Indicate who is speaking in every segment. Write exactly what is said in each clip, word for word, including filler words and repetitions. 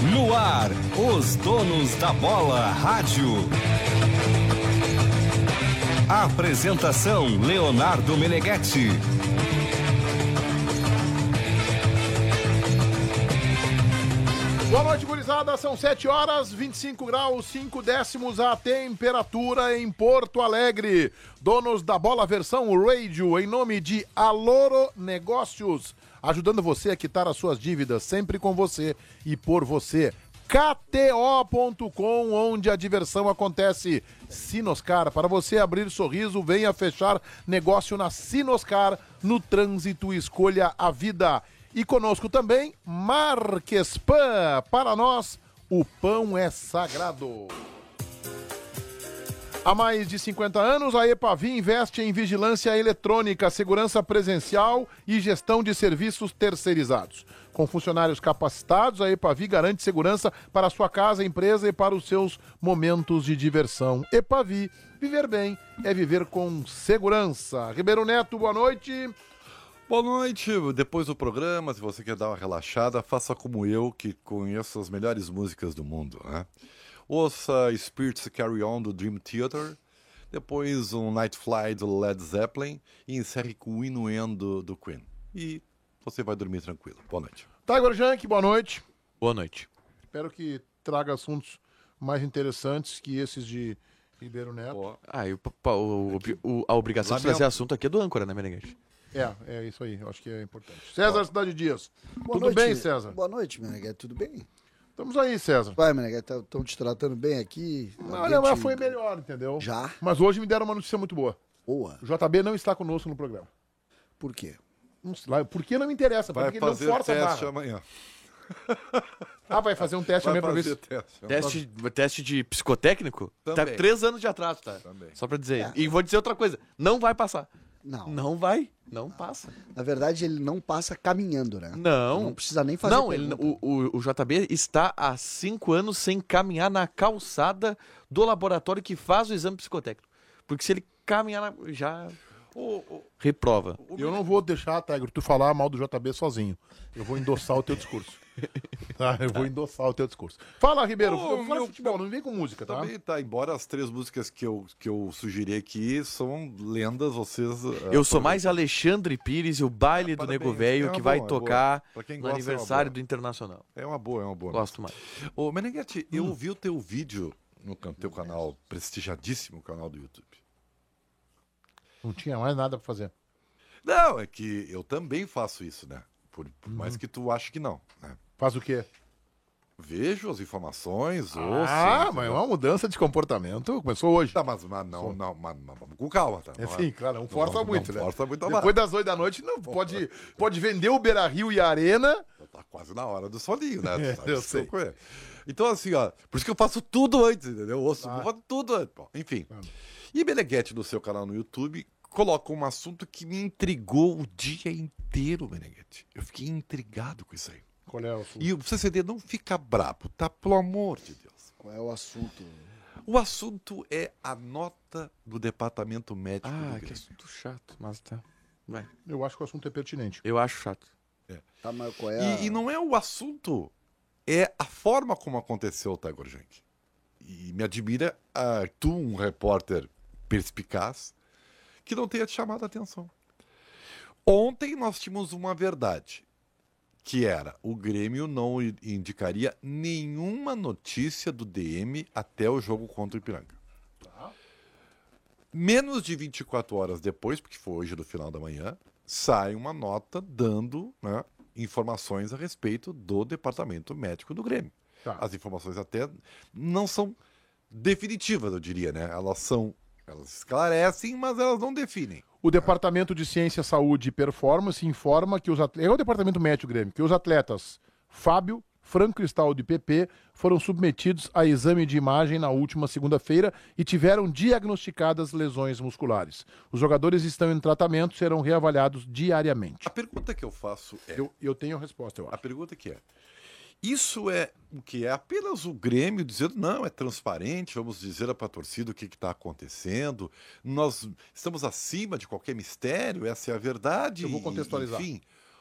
Speaker 1: No ar, os donos da bola rádio. Apresentação Leonardo Meneghetti.
Speaker 2: Boa noite, gurizada. São sete horas, vinte e cinco graus, cinco décimos a temperatura em Porto Alegre. Donos da bola versão radio, em nome de Aloro Negócios, ajudando você a quitar as suas dívidas, sempre com você e por você. K T O ponto com, onde a diversão acontece. Sinoscar, para você abrir sorriso, venha fechar negócio na Sinoscar. No trânsito, escolha a vida. E conosco também, Marquespan. Para nós, o pão é sagrado. Há mais de cinquenta anos, a Epavi investe em vigilância eletrônica, segurança presencial e gestão de serviços terceirizados. Com funcionários capacitados, a Epavi garante segurança para a sua casa, empresa e para os seus momentos de diversão. Epavi, viver bem é viver com segurança. Ribeiro Neto, boa noite.
Speaker 3: Boa noite, depois do programa, se você quer dar uma relaxada, faça como eu, que conheço as melhores músicas do mundo, né? Ouça Spirits Carry On, do Dream Theater, depois um Night Fly, do Led Zeppelin, e encerre com o Inuendo, do Queen. E você vai dormir tranquilo. Boa noite.
Speaker 2: Tiger Junk, boa noite.
Speaker 4: Boa noite.
Speaker 2: Espero que traga assuntos mais interessantes que esses de Ribeiro Neto.
Speaker 3: Boa.
Speaker 4: Ah, e o, o, o, a obrigação de trazer assunto aqui é do âncora, né, Meneghetti?
Speaker 2: É, é isso aí, eu acho que é importante. César Cidade Dias,
Speaker 5: Boa
Speaker 2: tudo
Speaker 5: noite.
Speaker 2: bem, César?
Speaker 5: Boa noite, Meneghetti, tudo bem?
Speaker 2: Estamos aí, César.
Speaker 5: Vai, Meneghetti, estão te tratando bem aqui?
Speaker 2: Olha, mas foi melhor, entendeu?
Speaker 5: Já?
Speaker 2: Mas hoje me deram uma notícia muito boa.
Speaker 5: Boa.
Speaker 2: O J B não está conosco no programa.
Speaker 5: Por quê?
Speaker 2: Não sei lá, por que não me interessa?
Speaker 3: Vai
Speaker 2: Porque ele não
Speaker 3: fazer
Speaker 2: força a
Speaker 3: teste
Speaker 2: barra.
Speaker 3: amanhã.
Speaker 2: Ah, vai fazer um teste
Speaker 3: Vai
Speaker 2: amanhã pra ver
Speaker 3: fazer
Speaker 2: se...
Speaker 3: teste.
Speaker 4: Teste, teste de psicotécnico?
Speaker 3: Também.
Speaker 4: Tá três anos de atraso, tá?
Speaker 3: Também.
Speaker 4: Só pra dizer.
Speaker 5: É.
Speaker 4: E vou dizer outra coisa. Não vai passar.
Speaker 5: Não.
Speaker 4: Não vai. Não passa.
Speaker 5: Na verdade, ele não passa caminhando, né?
Speaker 4: Não.
Speaker 5: Não precisa nem fazer
Speaker 4: Não, ele,
Speaker 5: pergunta.
Speaker 4: o, o, o J B está há cinco anos sem caminhar na calçada do laboratório que faz o exame psicotécnico. Porque se ele caminhar na, já
Speaker 3: O, o,
Speaker 4: reprova.
Speaker 2: Eu não vou deixar, Tiger, tu falar mal do J B sozinho. Eu vou endossar o teu discurso. Tá? Eu vou endossar o teu discurso. Fala, Ribeiro.
Speaker 3: Ô,
Speaker 2: Fala
Speaker 3: meu-
Speaker 2: futebol, não me vem com música, tá?
Speaker 3: também tá, embora as três músicas que eu, que eu sugeri aqui são lendas, vocês...
Speaker 4: Eu sou mais Alexandre Pires e o baile
Speaker 3: Ah,
Speaker 4: do
Speaker 3: parabéns.
Speaker 4: Nego Velho
Speaker 3: É uma
Speaker 4: que vai
Speaker 3: boa, é boa.
Speaker 4: tocar
Speaker 3: Pra quem
Speaker 4: no
Speaker 3: gosta, é uma
Speaker 4: aniversário
Speaker 3: boa.
Speaker 4: do Internacional.
Speaker 3: É uma boa, é uma boa.
Speaker 4: Gosto mais.
Speaker 3: Ô, Meneghetti, eu vi o teu vídeo no can- teu canal, prestigiadíssimo canal do YouTube.
Speaker 2: Não tinha mais nada pra fazer.
Speaker 3: Não, é que eu também faço isso, né? Por, por mais que tu ache que não, né?
Speaker 2: Faz o quê?
Speaker 3: Vejo as informações, ouço...
Speaker 2: Ah,
Speaker 3: entendeu?
Speaker 2: mas é uma mudança de comportamento. Começou hoje.
Speaker 3: Tá, mas, mas não, não, mas, mas vamos com calma, tá?
Speaker 2: É sim, claro, não força
Speaker 3: não,
Speaker 2: muito,
Speaker 3: não
Speaker 2: né?
Speaker 3: força muito a
Speaker 2: Depois
Speaker 3: barra.
Speaker 2: das oito da noite, não, pode, pode vender o Beira-Rio e a Arena.
Speaker 3: Tá quase na hora do soninho, né? Tu
Speaker 2: É,
Speaker 3: sabe
Speaker 2: eu
Speaker 3: que
Speaker 2: sei.
Speaker 3: como é. Então, assim, ó, por isso que eu faço tudo antes, entendeu? Eu ouço
Speaker 2: Ah.
Speaker 3: eu faço tudo antes. Bom, enfim. E Meneghetti, no seu canal no YouTube, coloca um assunto que me intrigou o dia inteiro, Meneghetti. Eu fiquei intrigado com isso aí.
Speaker 2: Qual é o assunto?
Speaker 3: E o C C D não fica brabo, tá? Pelo amor de Deus.
Speaker 5: Qual é o assunto?
Speaker 3: O assunto é a nota do departamento médico do
Speaker 4: Ah, que
Speaker 3: Grêmio.
Speaker 4: assunto chato, mas tá. Vai.
Speaker 2: Eu acho que o assunto é pertinente.
Speaker 4: Eu acho chato.
Speaker 5: Tá, mas qual é a...
Speaker 3: E, e não é o assunto, é a forma como aconteceu, Tiger Junk. E me admira ah, tu, um repórter perspicaz, que não tenha te chamado a atenção. Ontem nós tínhamos uma verdade, que era o Grêmio não i- indicaria nenhuma notícia do D M até o jogo contra o Ipiranga. Menos de vinte e quatro horas depois, porque foi hoje no final da manhã, sai uma nota dando, né, informações a respeito do departamento médico do Grêmio.
Speaker 2: Tá.
Speaker 3: As informações até não são definitivas, eu diria, né? Elas são, elas esclarecem, mas elas não definem.
Speaker 2: O Departamento de Ciência, Saúde e Performance informa que os atletas... É o Departamento Médico Grêmio, que os atletas Fábio, Franco Cristaldo e P P foram submetidos a exame de imagem na última segunda-feira e tiveram diagnosticadas lesões musculares. Os jogadores estão em tratamento e serão reavaliados diariamente.
Speaker 3: A pergunta que eu faço é...
Speaker 2: Eu, eu tenho a resposta, eu
Speaker 3: A
Speaker 2: acho.
Speaker 3: pergunta que é... Isso é o que é apenas o Grêmio dizendo, não, é transparente, vamos dizer para a torcida o que está acontecendo, nós estamos acima de qualquer mistério, essa é a verdade.
Speaker 2: Eu vou contextualizar.
Speaker 3: Enfim,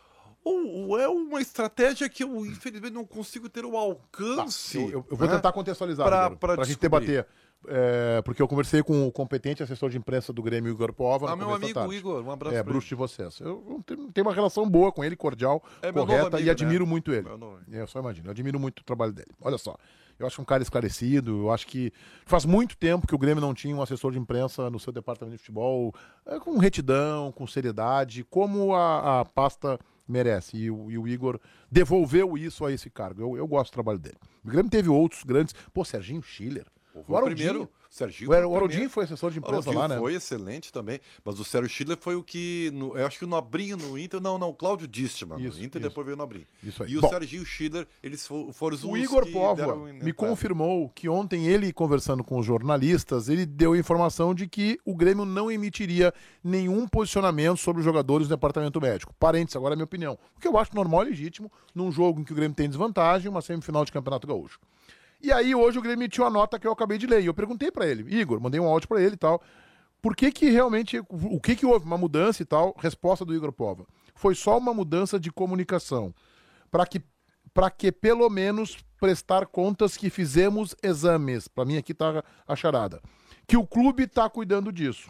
Speaker 3: ou, ou é uma estratégia que eu, infelizmente, não consigo ter o alcance.
Speaker 2: Tá, eu, eu- eu vou
Speaker 3: né?
Speaker 2: tentar contextualizar,
Speaker 3: Pra-
Speaker 2: Ribeiro,
Speaker 3: pra
Speaker 2: pra gente
Speaker 3: descobrir.
Speaker 2: debater. É, porque eu conversei com o competente assessor de imprensa do Grêmio, Igor Pova.
Speaker 3: Ah,
Speaker 2: no
Speaker 3: meu
Speaker 2: começo da
Speaker 3: amigo
Speaker 2: tarde.
Speaker 3: Igor, um abraço
Speaker 2: É,
Speaker 3: pra
Speaker 2: bruxo
Speaker 3: ele.
Speaker 2: de vocês. Eu, eu tenho- tenho uma relação boa com ele, cordial,
Speaker 3: É meu novo
Speaker 2: correta,
Speaker 3: amigo,
Speaker 2: e admiro
Speaker 3: né?
Speaker 2: muito ele.
Speaker 3: Meu novo.
Speaker 2: É, eu só imagino, eu admiro muito o trabalho dele. Olha só, eu acho um cara esclarecido, eu acho que faz muito tempo que o Grêmio não tinha um assessor de imprensa no seu departamento de futebol é, com retidão, com seriedade, como a, a pasta merece. E o, e o Igor devolveu isso a esse cargo. Eu, eu gosto do trabalho dele. O Grêmio teve outros grandes. Pô, Serginho Schiller.
Speaker 3: O
Speaker 2: O Haroldinho.
Speaker 3: primeiro, Serginho.
Speaker 2: O
Speaker 3: foi
Speaker 2: Haroldinho o Haroldinho
Speaker 3: primeiro.
Speaker 2: foi assessor de
Speaker 3: O
Speaker 2: imprensa
Speaker 3: Haroldinho
Speaker 2: lá, né?
Speaker 3: foi excelente também, mas o Sérgio Schiller foi o que, no- eu acho que o Nobrinho no Inter, não, não, o Cláudio Distman
Speaker 2: Isso,
Speaker 3: no Inter,
Speaker 2: isso.
Speaker 3: depois veio o Nobrinho.
Speaker 2: Isso aí.
Speaker 3: E o
Speaker 2: Bom,
Speaker 3: Serginho Schiller, eles fo- foram os
Speaker 2: o
Speaker 3: uns
Speaker 2: Igor
Speaker 3: que
Speaker 2: Póvoa
Speaker 3: deram
Speaker 2: me
Speaker 3: entrada.
Speaker 2: confirmou que ontem ele, conversando com os jornalistas, ele deu a informação de que o Grêmio não emitiria nenhum posicionamento sobre os jogadores do departamento médico. Parênteses, agora é a minha opinião. O que eu acho normal e legítimo num jogo em que o Grêmio tem desvantagem, uma semifinal de Campeonato Gaúcho. E aí hoje o Grêmio emitiu a nota que eu acabei de ler. E eu perguntei pra ele, Igor, mandei um áudio pra ele e tal. Por que que realmente, o que que houve? Uma mudança e tal? Resposta do Igor Pova. Foi só uma mudança de comunicação. Para que, para que pelo menos prestar contas que fizemos exames. Pra mim aqui tá a charada. Que o clube tá cuidando disso.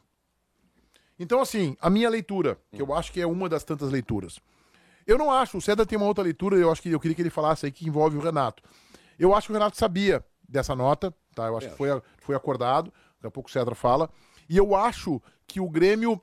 Speaker 2: Então assim, a minha leitura, que eu acho que é uma das tantas leituras. Eu não acho, o César tem uma outra leitura, eu acho que eu queria que ele falasse aí, que envolve o Renato. Eu acho que o Renato sabia dessa nota, tá? Eu acho que foi, foi acordado, daqui a pouco o César fala. E eu acho que o Grêmio,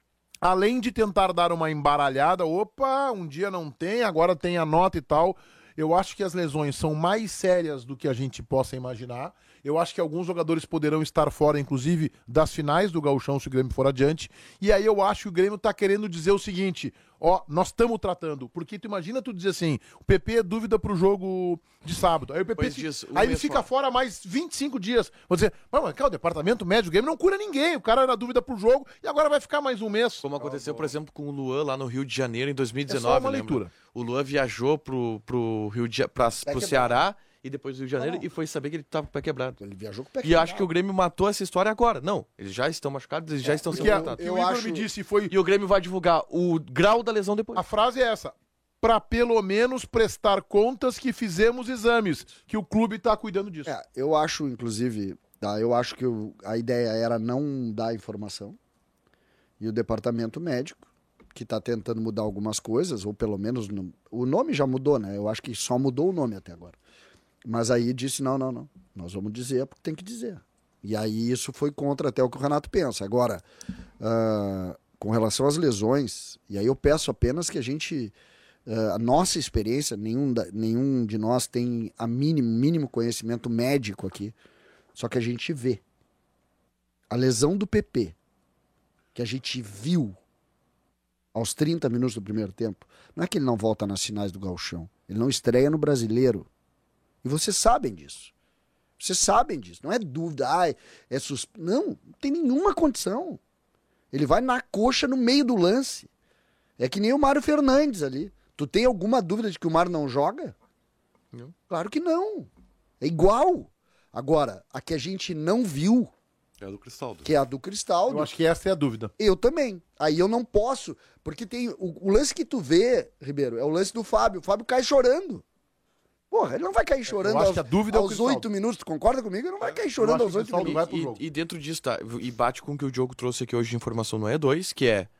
Speaker 2: além de tentar dar uma embaralhada, opa, um dia não tem, agora tem a nota e tal. Eu acho que as lesões são mais sérias do que a gente possa imaginar. Eu acho que alguns jogadores poderão estar fora, inclusive, das finais do Gauchão, se o Grêmio for adiante. E aí eu acho que o Grêmio tá querendo dizer o seguinte, ó, nós estamos tratando. Porque tu imagina tu dizer assim, o P P é dúvida pro jogo de sábado. Aí o P P
Speaker 4: Pois
Speaker 2: fica,
Speaker 4: diz, um
Speaker 2: aí ele
Speaker 4: mês
Speaker 2: fica
Speaker 4: fora.
Speaker 2: fora mais vinte e cinco dias. Vou dizer, mas, mas cara, o departamento médico do Grêmio não cura ninguém. O cara era dúvida pro jogo e agora vai ficar mais um mês.
Speaker 4: Como aconteceu, por exemplo, com o Luan lá no Rio de Janeiro em dois mil e
Speaker 2: É só
Speaker 4: dezenove,
Speaker 2: uma
Speaker 4: lembra?
Speaker 2: leitura.
Speaker 4: O Luan viajou pro, pro, Rio de, Ja- pra, pro
Speaker 5: quebrado.
Speaker 4: Ceará e depois do Rio de Janeiro
Speaker 5: Não.
Speaker 4: e foi saber que ele tava com o pé quebrado.
Speaker 5: Ele viajou com o pé
Speaker 4: E acho que o Grêmio matou essa história agora. Não, eles já estão machucados, eles já estão sendo
Speaker 2: Porque a,
Speaker 4: tratados.
Speaker 2: que o
Speaker 5: eu
Speaker 2: Igor
Speaker 5: acho-
Speaker 2: me disse foi...
Speaker 4: E o Grêmio vai divulgar o grau da lesão depois.
Speaker 2: A frase é essa. Pra pelo menos prestar contas que fizemos exames. Que o clube tá cuidando disso.
Speaker 5: É, eu acho, inclusive, tá, eu acho que o- a ideia era não dar informação. E o departamento médico, que está tentando mudar algumas coisas, ou pelo menos no- o nome já mudou, né? Eu acho que só mudou o nome até agora. Mas aí disse: não, não, não. Nós vamos dizer porque tem que dizer. E aí isso foi contra até o que o Renato pensa. Agora, ah, com relação às lesões, e aí eu peço apenas que a gente. Uh, a nossa experiência, nenhum, da- nenhum de nós tem a mínimo, mínimo conhecimento médico aqui, só que a gente vê. A lesão do P P, que a gente viu aos trinta minutos do primeiro tempo, não é que ele não volta nas finais do Gauchão, ele não estreia no Brasileiro. E vocês sabem disso. Vocês sabem disso. Não é dúvida, ai, é sus... Não, não tem nenhuma condição. Ele vai na coxa no meio do lance. É que nem o Mário Fernandes ali. Tu tem alguma dúvida de que o Mário não joga?
Speaker 4: Não.
Speaker 5: Claro que não. É igual. Agora, a que a gente não viu,
Speaker 3: É do Cristaldo.
Speaker 5: que é a do Cristaldo,
Speaker 2: Eu acho que essa é a dúvida.
Speaker 5: eu também. Aí eu não posso, porque tem o, o lance que tu vê, Ribeiro, é o lance do Fábio. O Fábio cai chorando. Porra, ele não vai cair chorando
Speaker 2: acho
Speaker 5: aos,
Speaker 2: que a dúvida é o
Speaker 5: aos
Speaker 2: Cristaldo.
Speaker 5: oito minutos. Tu concorda comigo? Ele não vai cair
Speaker 2: Eu
Speaker 5: chorando
Speaker 2: acho
Speaker 5: aos
Speaker 2: que o
Speaker 5: oito
Speaker 2: Cristaldo
Speaker 5: minutos.
Speaker 2: vai pro jogo.
Speaker 4: E, e dentro disso, tá? E bate com o que o Diogo trouxe aqui hoje de informação no E dois, que é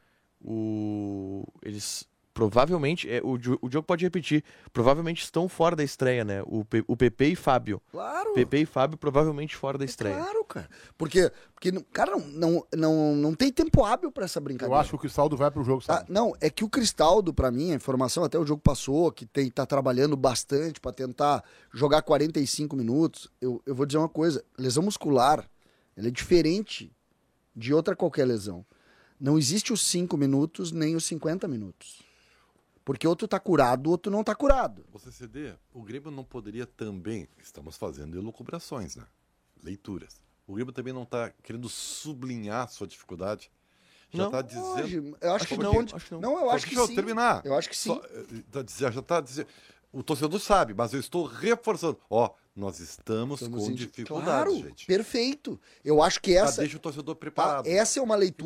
Speaker 4: o. Eles provavelmente. É, o, Di- o Diogo pode repetir. Provavelmente estão fora da estreia, né? O, P- o P P e Fábio.
Speaker 5: Claro.
Speaker 4: P P e Fábio provavelmente fora da
Speaker 5: É
Speaker 4: estreia.
Speaker 5: claro, cara. Porque, porque não- cara, não, não, não, não tem tempo hábil pra essa
Speaker 2: Eu
Speaker 5: brincadeira.
Speaker 2: acho que o Cristaldo vai pro jogo,
Speaker 5: Tá?
Speaker 2: sabe?
Speaker 5: Não, é que o Cristaldo, pra mim, a informação até o jogo passou, que tem, tá trabalhando bastante pra tentar jogar quarenta e cinco minutos. Eu, eu vou dizer uma coisa: lesão muscular, ela é diferente de outra qualquer lesão. Não existe os cinco minutos nem os cinquenta minutos. Porque outro tá curado, outro não tá curado.
Speaker 3: Você C D, o Grêmio não poderia também, estamos fazendo elucubrações, né? Leituras. O Grêmio também não está querendo sublinhar sua dificuldade. Já
Speaker 4: Não.
Speaker 3: está dizendo.
Speaker 5: Hoje, eu acho,
Speaker 4: Acho
Speaker 5: que
Speaker 4: que
Speaker 5: não.
Speaker 4: não,
Speaker 5: Onde-
Speaker 4: acho que não.
Speaker 5: Não, eu
Speaker 3: Só
Speaker 5: acho que
Speaker 3: deixa eu
Speaker 5: sim.
Speaker 3: terminar.
Speaker 5: Eu acho que sim.
Speaker 3: Só, eh, tá dizendo- já está dizendo. O torcedor sabe, mas eu estou reforçando. Ó, nós estamos,
Speaker 5: Estamos
Speaker 3: com
Speaker 5: em-
Speaker 3: dificuldades,
Speaker 5: Claro,
Speaker 3: gente.
Speaker 5: perfeito. Eu acho que
Speaker 3: Tá,
Speaker 5: essa,
Speaker 3: deixa o torcedor
Speaker 5: tá,
Speaker 3: preparado.
Speaker 5: essa é uma leitura.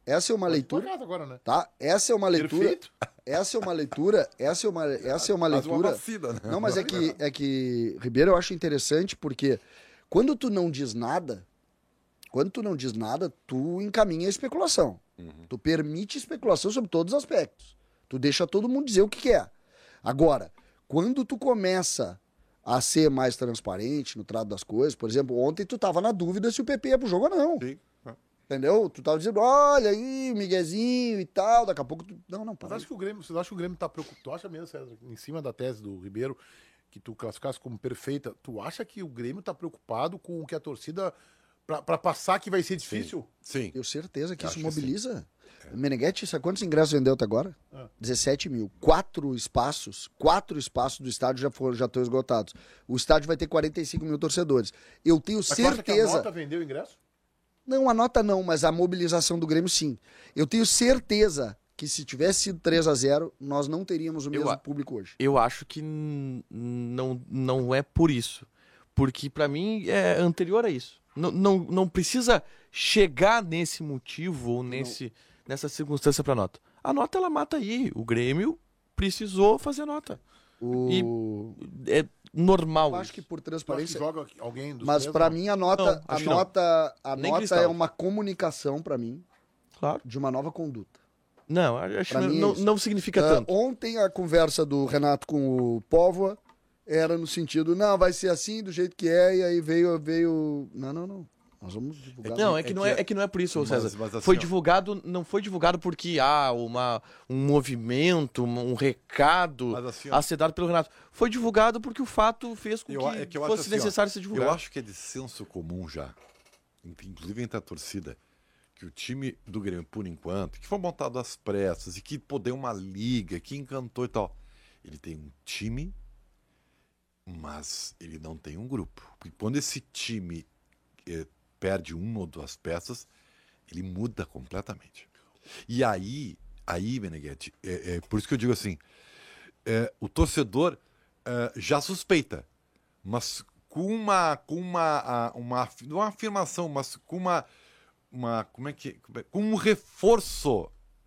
Speaker 5: essa é uma leitura,
Speaker 2: Casa agora, né?
Speaker 5: tá? Essa é uma leitura,
Speaker 2: Perfeito.
Speaker 5: essa é uma leitura, essa é uma, essa é uma
Speaker 3: Faz uma
Speaker 5: leitura.
Speaker 3: vacina, né?
Speaker 5: Não, mas é que, é que, Ribeiro, eu acho interessante porque quando tu não diz nada, quando tu não diz nada, tu encaminha a especulação.
Speaker 3: Uhum.
Speaker 5: Tu permite especulação sobre todos os aspectos. Tu deixa todo mundo dizer o que quer. Agora, quando tu começa a ser mais transparente no trato das coisas, por exemplo, ontem tu tava na dúvida se o P P ia pro jogo ou não.
Speaker 3: Sim.
Speaker 5: Entendeu? Tu tava dizendo, olha aí, Miguezinho e tal, daqui a pouco tu... Não, não,
Speaker 2: Mas
Speaker 5: para.
Speaker 2: acho que o Grêmio, vocês acham que o Grêmio tá preocupado? Tu acha mesmo, César, em cima da tese do Ribeiro, que tu classificasse como perfeita, tu acha que o Grêmio tá preocupado com o que a torcida, pra, pra passar que vai ser difícil?
Speaker 3: Sim.
Speaker 5: Tenho certeza que
Speaker 3: Acho
Speaker 5: isso
Speaker 3: que
Speaker 5: mobiliza. O Meneghetti, sabe quantos ingressos vendeu até agora?
Speaker 2: Ah.
Speaker 5: dezessete mil. Quatro espaços, quatro espaços do estádio já foram, já estão esgotados. O estádio vai ter quarenta e cinco mil torcedores. Eu tenho
Speaker 2: Mas tu acha que a
Speaker 5: certeza...
Speaker 2: Nota vendeu o ingresso?
Speaker 5: Não, a nota não, mas a mobilização do Grêmio sim. Eu tenho certeza que se tivesse sido três a zero, nós não teríamos o mesmo
Speaker 4: a-
Speaker 5: público hoje.
Speaker 4: Eu acho que n- não, não é por isso. Porque pra mim é anterior a isso. Não, não, não precisa chegar nesse motivo ou nesse, nessa circunstância pra nota. A nota ela mata aí. O Grêmio precisou fazer nota.
Speaker 5: O...
Speaker 4: É normal.
Speaker 5: Eu acho
Speaker 4: isso.
Speaker 5: que por
Speaker 2: Tu acha que
Speaker 5: transparência...
Speaker 2: joga alguém dos
Speaker 5: Mas
Speaker 2: três,
Speaker 5: pra
Speaker 2: não?
Speaker 5: mim a nota,
Speaker 4: Não,
Speaker 5: a
Speaker 4: acho que não.
Speaker 5: nota, a
Speaker 4: Nem
Speaker 5: nota
Speaker 4: Cristal.
Speaker 5: é uma comunicação pra mim
Speaker 4: Claro.
Speaker 5: de uma nova conduta.
Speaker 4: Não, acho que
Speaker 5: Pra
Speaker 4: não,
Speaker 5: mim é
Speaker 4: não,
Speaker 5: isso.
Speaker 4: não significa
Speaker 5: Ah,
Speaker 4: tanto.
Speaker 5: ontem a conversa do Renato com o Póvoa era no sentido, não, vai ser assim, do jeito que é, e aí veio, veio... Não, não, não. Nós vamos divulgar.
Speaker 4: Não, é
Speaker 3: é
Speaker 4: que, não
Speaker 3: que
Speaker 4: é,
Speaker 3: é-
Speaker 4: é que não é por isso, ô
Speaker 3: Mas-
Speaker 4: César.
Speaker 3: mas assim,
Speaker 4: foi
Speaker 3: ó.
Speaker 4: divulgado, não foi divulgado porque há uma, um movimento, um recado
Speaker 3: Mas assim, ó.
Speaker 4: a ser dado pelo Renato. Foi divulgado porque o fato fez com
Speaker 3: Eu-
Speaker 4: que,
Speaker 3: é que eu acho
Speaker 4: fosse
Speaker 3: assim, ó,
Speaker 4: necessário ser
Speaker 3: Eu
Speaker 4: divulgado.
Speaker 3: acho que é de senso comum já, inclusive entre a torcida, que o time do Grêmio, por enquanto, que foi montado às pressas e que pô, deu uma liga, que encantou e tal, ele tem um time, mas ele não tem um grupo. Porque quando esse time eh, perde uma ou duas peças, ele muda completamente. E aí, aí, Meneghetti, é, é por isso que eu digo assim, é, o torcedor é, já suspeita, mas com uma, com uma, a- uma, af- não uma afirmação, mas com uma, uma como é que, como é- com um reforço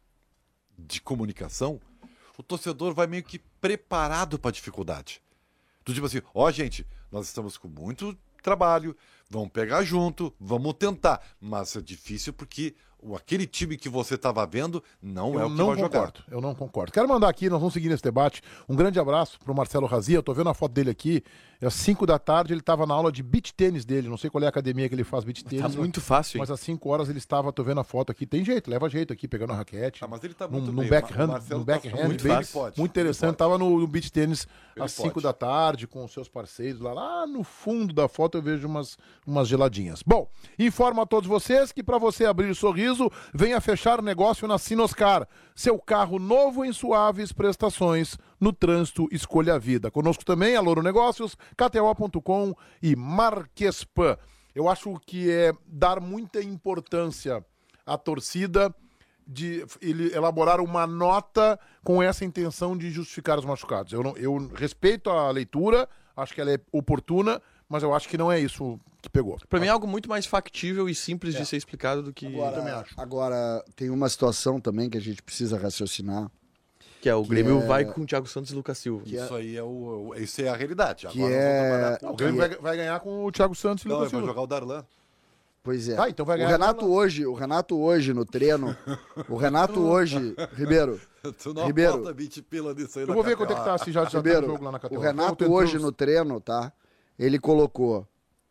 Speaker 3: de comunicação, o torcedor vai meio que preparado para a dificuldade. Do tipo assim, ó gente, nós estamos com muito trabalho, vamos pegar junto, vamos tentar, mas é difícil porque o- aquele time que você estava vendo não é
Speaker 2: Eu
Speaker 3: o que
Speaker 2: não
Speaker 3: vai jogar.
Speaker 2: concordo, eu não concordo. Quero mandar aqui, nós vamos seguir nesse debate, um grande abraço pro Marcelo Razia, eu tô vendo a foto dele aqui, é às cinco da tarde, ele estava na aula de beach tênis dele, não sei qual é a academia que ele faz beach tênis.
Speaker 4: Tá
Speaker 2: mas-
Speaker 4: muito fácil, hein?
Speaker 2: Mas às cinco horas ele estava, tô vendo a foto aqui, tem jeito, leva jeito aqui, pegando a raquete.
Speaker 3: Ah, mas ele tá
Speaker 2: num,
Speaker 3: muito
Speaker 2: num
Speaker 3: bem.
Speaker 2: backhand,
Speaker 3: O Marcelo
Speaker 2: num
Speaker 3: tá
Speaker 2: backhand
Speaker 3: muito
Speaker 2: bem,
Speaker 3: fácil. Pode,
Speaker 2: muito
Speaker 3: ele
Speaker 2: interessante.
Speaker 3: pode.
Speaker 2: Tava no, no beach tênis
Speaker 3: Ele
Speaker 2: às cinco
Speaker 3: pode.
Speaker 2: da tarde com os seus parceiros lá, lá no fundo da foto eu vejo umas, umas geladinhas. Bom, informo a todos vocês que para você abrir o sorriso, venha fechar negócio na Sinoscar. Seu carro novo em suaves prestações. No trânsito, escolha a vida. Conosco também a Louro Negócios, K T O ponto com e Marquespan. Eu acho que é dar muita importância à torcida de ele elaborar uma nota com essa intenção de justificar os machucados. Eu, não, eu respeito a leitura, acho que ela é oportuna, mas eu acho que não é isso que pegou.
Speaker 4: Pra mim é algo muito mais factível e simples
Speaker 2: É.
Speaker 4: de ser explicado do que,
Speaker 2: também
Speaker 5: Agora,
Speaker 2: acho.
Speaker 5: agora, tem uma situação também que a gente precisa raciocinar,
Speaker 4: que é o Grêmio
Speaker 5: é-
Speaker 4: vai com o Thiago Santos e Lucas Silva.
Speaker 5: Que é-
Speaker 3: Isso aí é o, o- isso é a realidade.
Speaker 5: que
Speaker 3: Agora nós vamos
Speaker 5: é...
Speaker 3: trabalhar com-
Speaker 2: O Grêmio vai, vai ganhar com o Thiago Santos e o
Speaker 3: Não,
Speaker 2: Lucas
Speaker 3: ele vai
Speaker 2: Silva.
Speaker 3: jogar o Darlan.
Speaker 5: Pois é.
Speaker 2: Ah, então vai
Speaker 5: o
Speaker 2: ganhar
Speaker 5: Renato
Speaker 2: com-
Speaker 5: hoje, o Renato hoje no treino, o Renato hoje, Ribeiro,
Speaker 3: Tu não
Speaker 5: Ribeiro.
Speaker 3: bota vinte pila nisso aí
Speaker 2: Eu
Speaker 3: na
Speaker 2: vou ver
Speaker 3: K T O.
Speaker 2: quanto é que tá, se já, já tá
Speaker 5: Ribeiro,
Speaker 2: no jogo lá na K T O.
Speaker 5: o
Speaker 2: Eu
Speaker 5: Renato
Speaker 2: tento-
Speaker 5: hoje no treino, tá? Ele colocou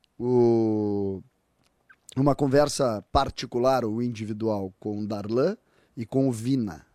Speaker 5: o... uma conversa particular ou individual com o Darlan e com o Vina.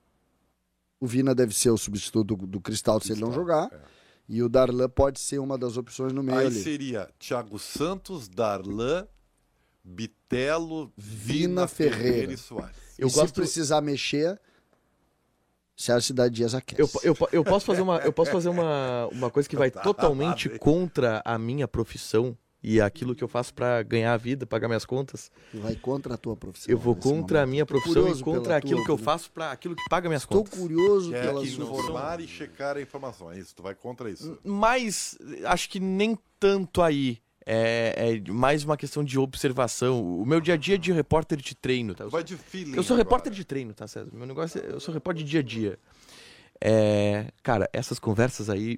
Speaker 5: O Vina deve ser o substituto do, do Cristal se ele não jogar.
Speaker 3: é.
Speaker 5: E o Darlan pode ser uma das opções no meio
Speaker 3: Aí
Speaker 5: ali.
Speaker 3: seria Thiago Santos, Darlan, Bitelo, Vina,
Speaker 5: Vina Ferreira.
Speaker 3: Ferreira e Soares.
Speaker 4: Eu
Speaker 5: e se
Speaker 4: gosto-
Speaker 5: precisar mexer, Sérgio Cidade Dias aquece.
Speaker 4: Eu, eu, eu posso fazer, uma, eu posso fazer uma, uma coisa que vai
Speaker 3: Tá,
Speaker 4: totalmente
Speaker 3: bem.
Speaker 4: contra a minha profissão e aquilo que eu faço pra ganhar a vida, pagar minhas contas.
Speaker 5: Tu vai contra a tua profissão.
Speaker 4: Eu vou
Speaker 5: nesse
Speaker 4: contra a
Speaker 5: momento.
Speaker 4: minha
Speaker 5: Tô
Speaker 4: profissão e
Speaker 5: curioso
Speaker 4: contra
Speaker 5: pela
Speaker 4: aquilo
Speaker 5: tua
Speaker 4: que eu
Speaker 5: opinião.
Speaker 4: faço pra aquilo que paga minhas
Speaker 5: Estou
Speaker 4: contas.
Speaker 5: curioso
Speaker 3: Que é
Speaker 5: pela
Speaker 3: que
Speaker 5: sua
Speaker 3: informar e checar a informação. É isso, tu vai contra isso.
Speaker 4: Mas acho que nem tanto aí. é, é mais uma questão de observação. O meu dia a dia é de repórter de treino, tá? Eu
Speaker 3: Vai
Speaker 4: sou,
Speaker 3: de feeling
Speaker 4: eu sou
Speaker 3: agora.
Speaker 4: repórter de treino, tá, César? Meu negócio é, eu sou repórter de dia a dia. É, cara, essas conversas aí,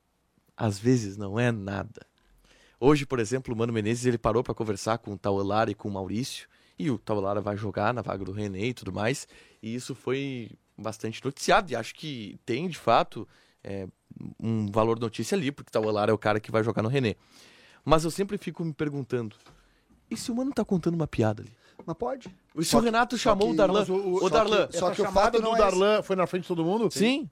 Speaker 4: às vezes não é nada. Hoje, por exemplo, o Mano Menezes, ele parou para conversar com o Tauelara e com o Maurício, e o Tauelara vai jogar na vaga do René e tudo mais, e isso foi bastante noticiado, e acho que tem, de fato, é, um valor notícia ali, porque o Tauelara é o cara que vai jogar no René. Mas eu sempre fico me perguntando, e se o Mano tá contando uma piada ali?
Speaker 5: Mas pode.
Speaker 4: E se
Speaker 5: Só
Speaker 4: o
Speaker 5: que-
Speaker 4: Renato
Speaker 5: só
Speaker 4: chamou
Speaker 5: que-
Speaker 4: o Darlan?
Speaker 5: mas o- o-
Speaker 4: Ô,
Speaker 5: só
Speaker 4: Darlan,
Speaker 5: que- Só
Speaker 2: Essa
Speaker 5: que o
Speaker 2: chamada
Speaker 5: fato não
Speaker 2: do
Speaker 5: é
Speaker 2: Darlan foi na frente de todo mundo?
Speaker 4: Sim.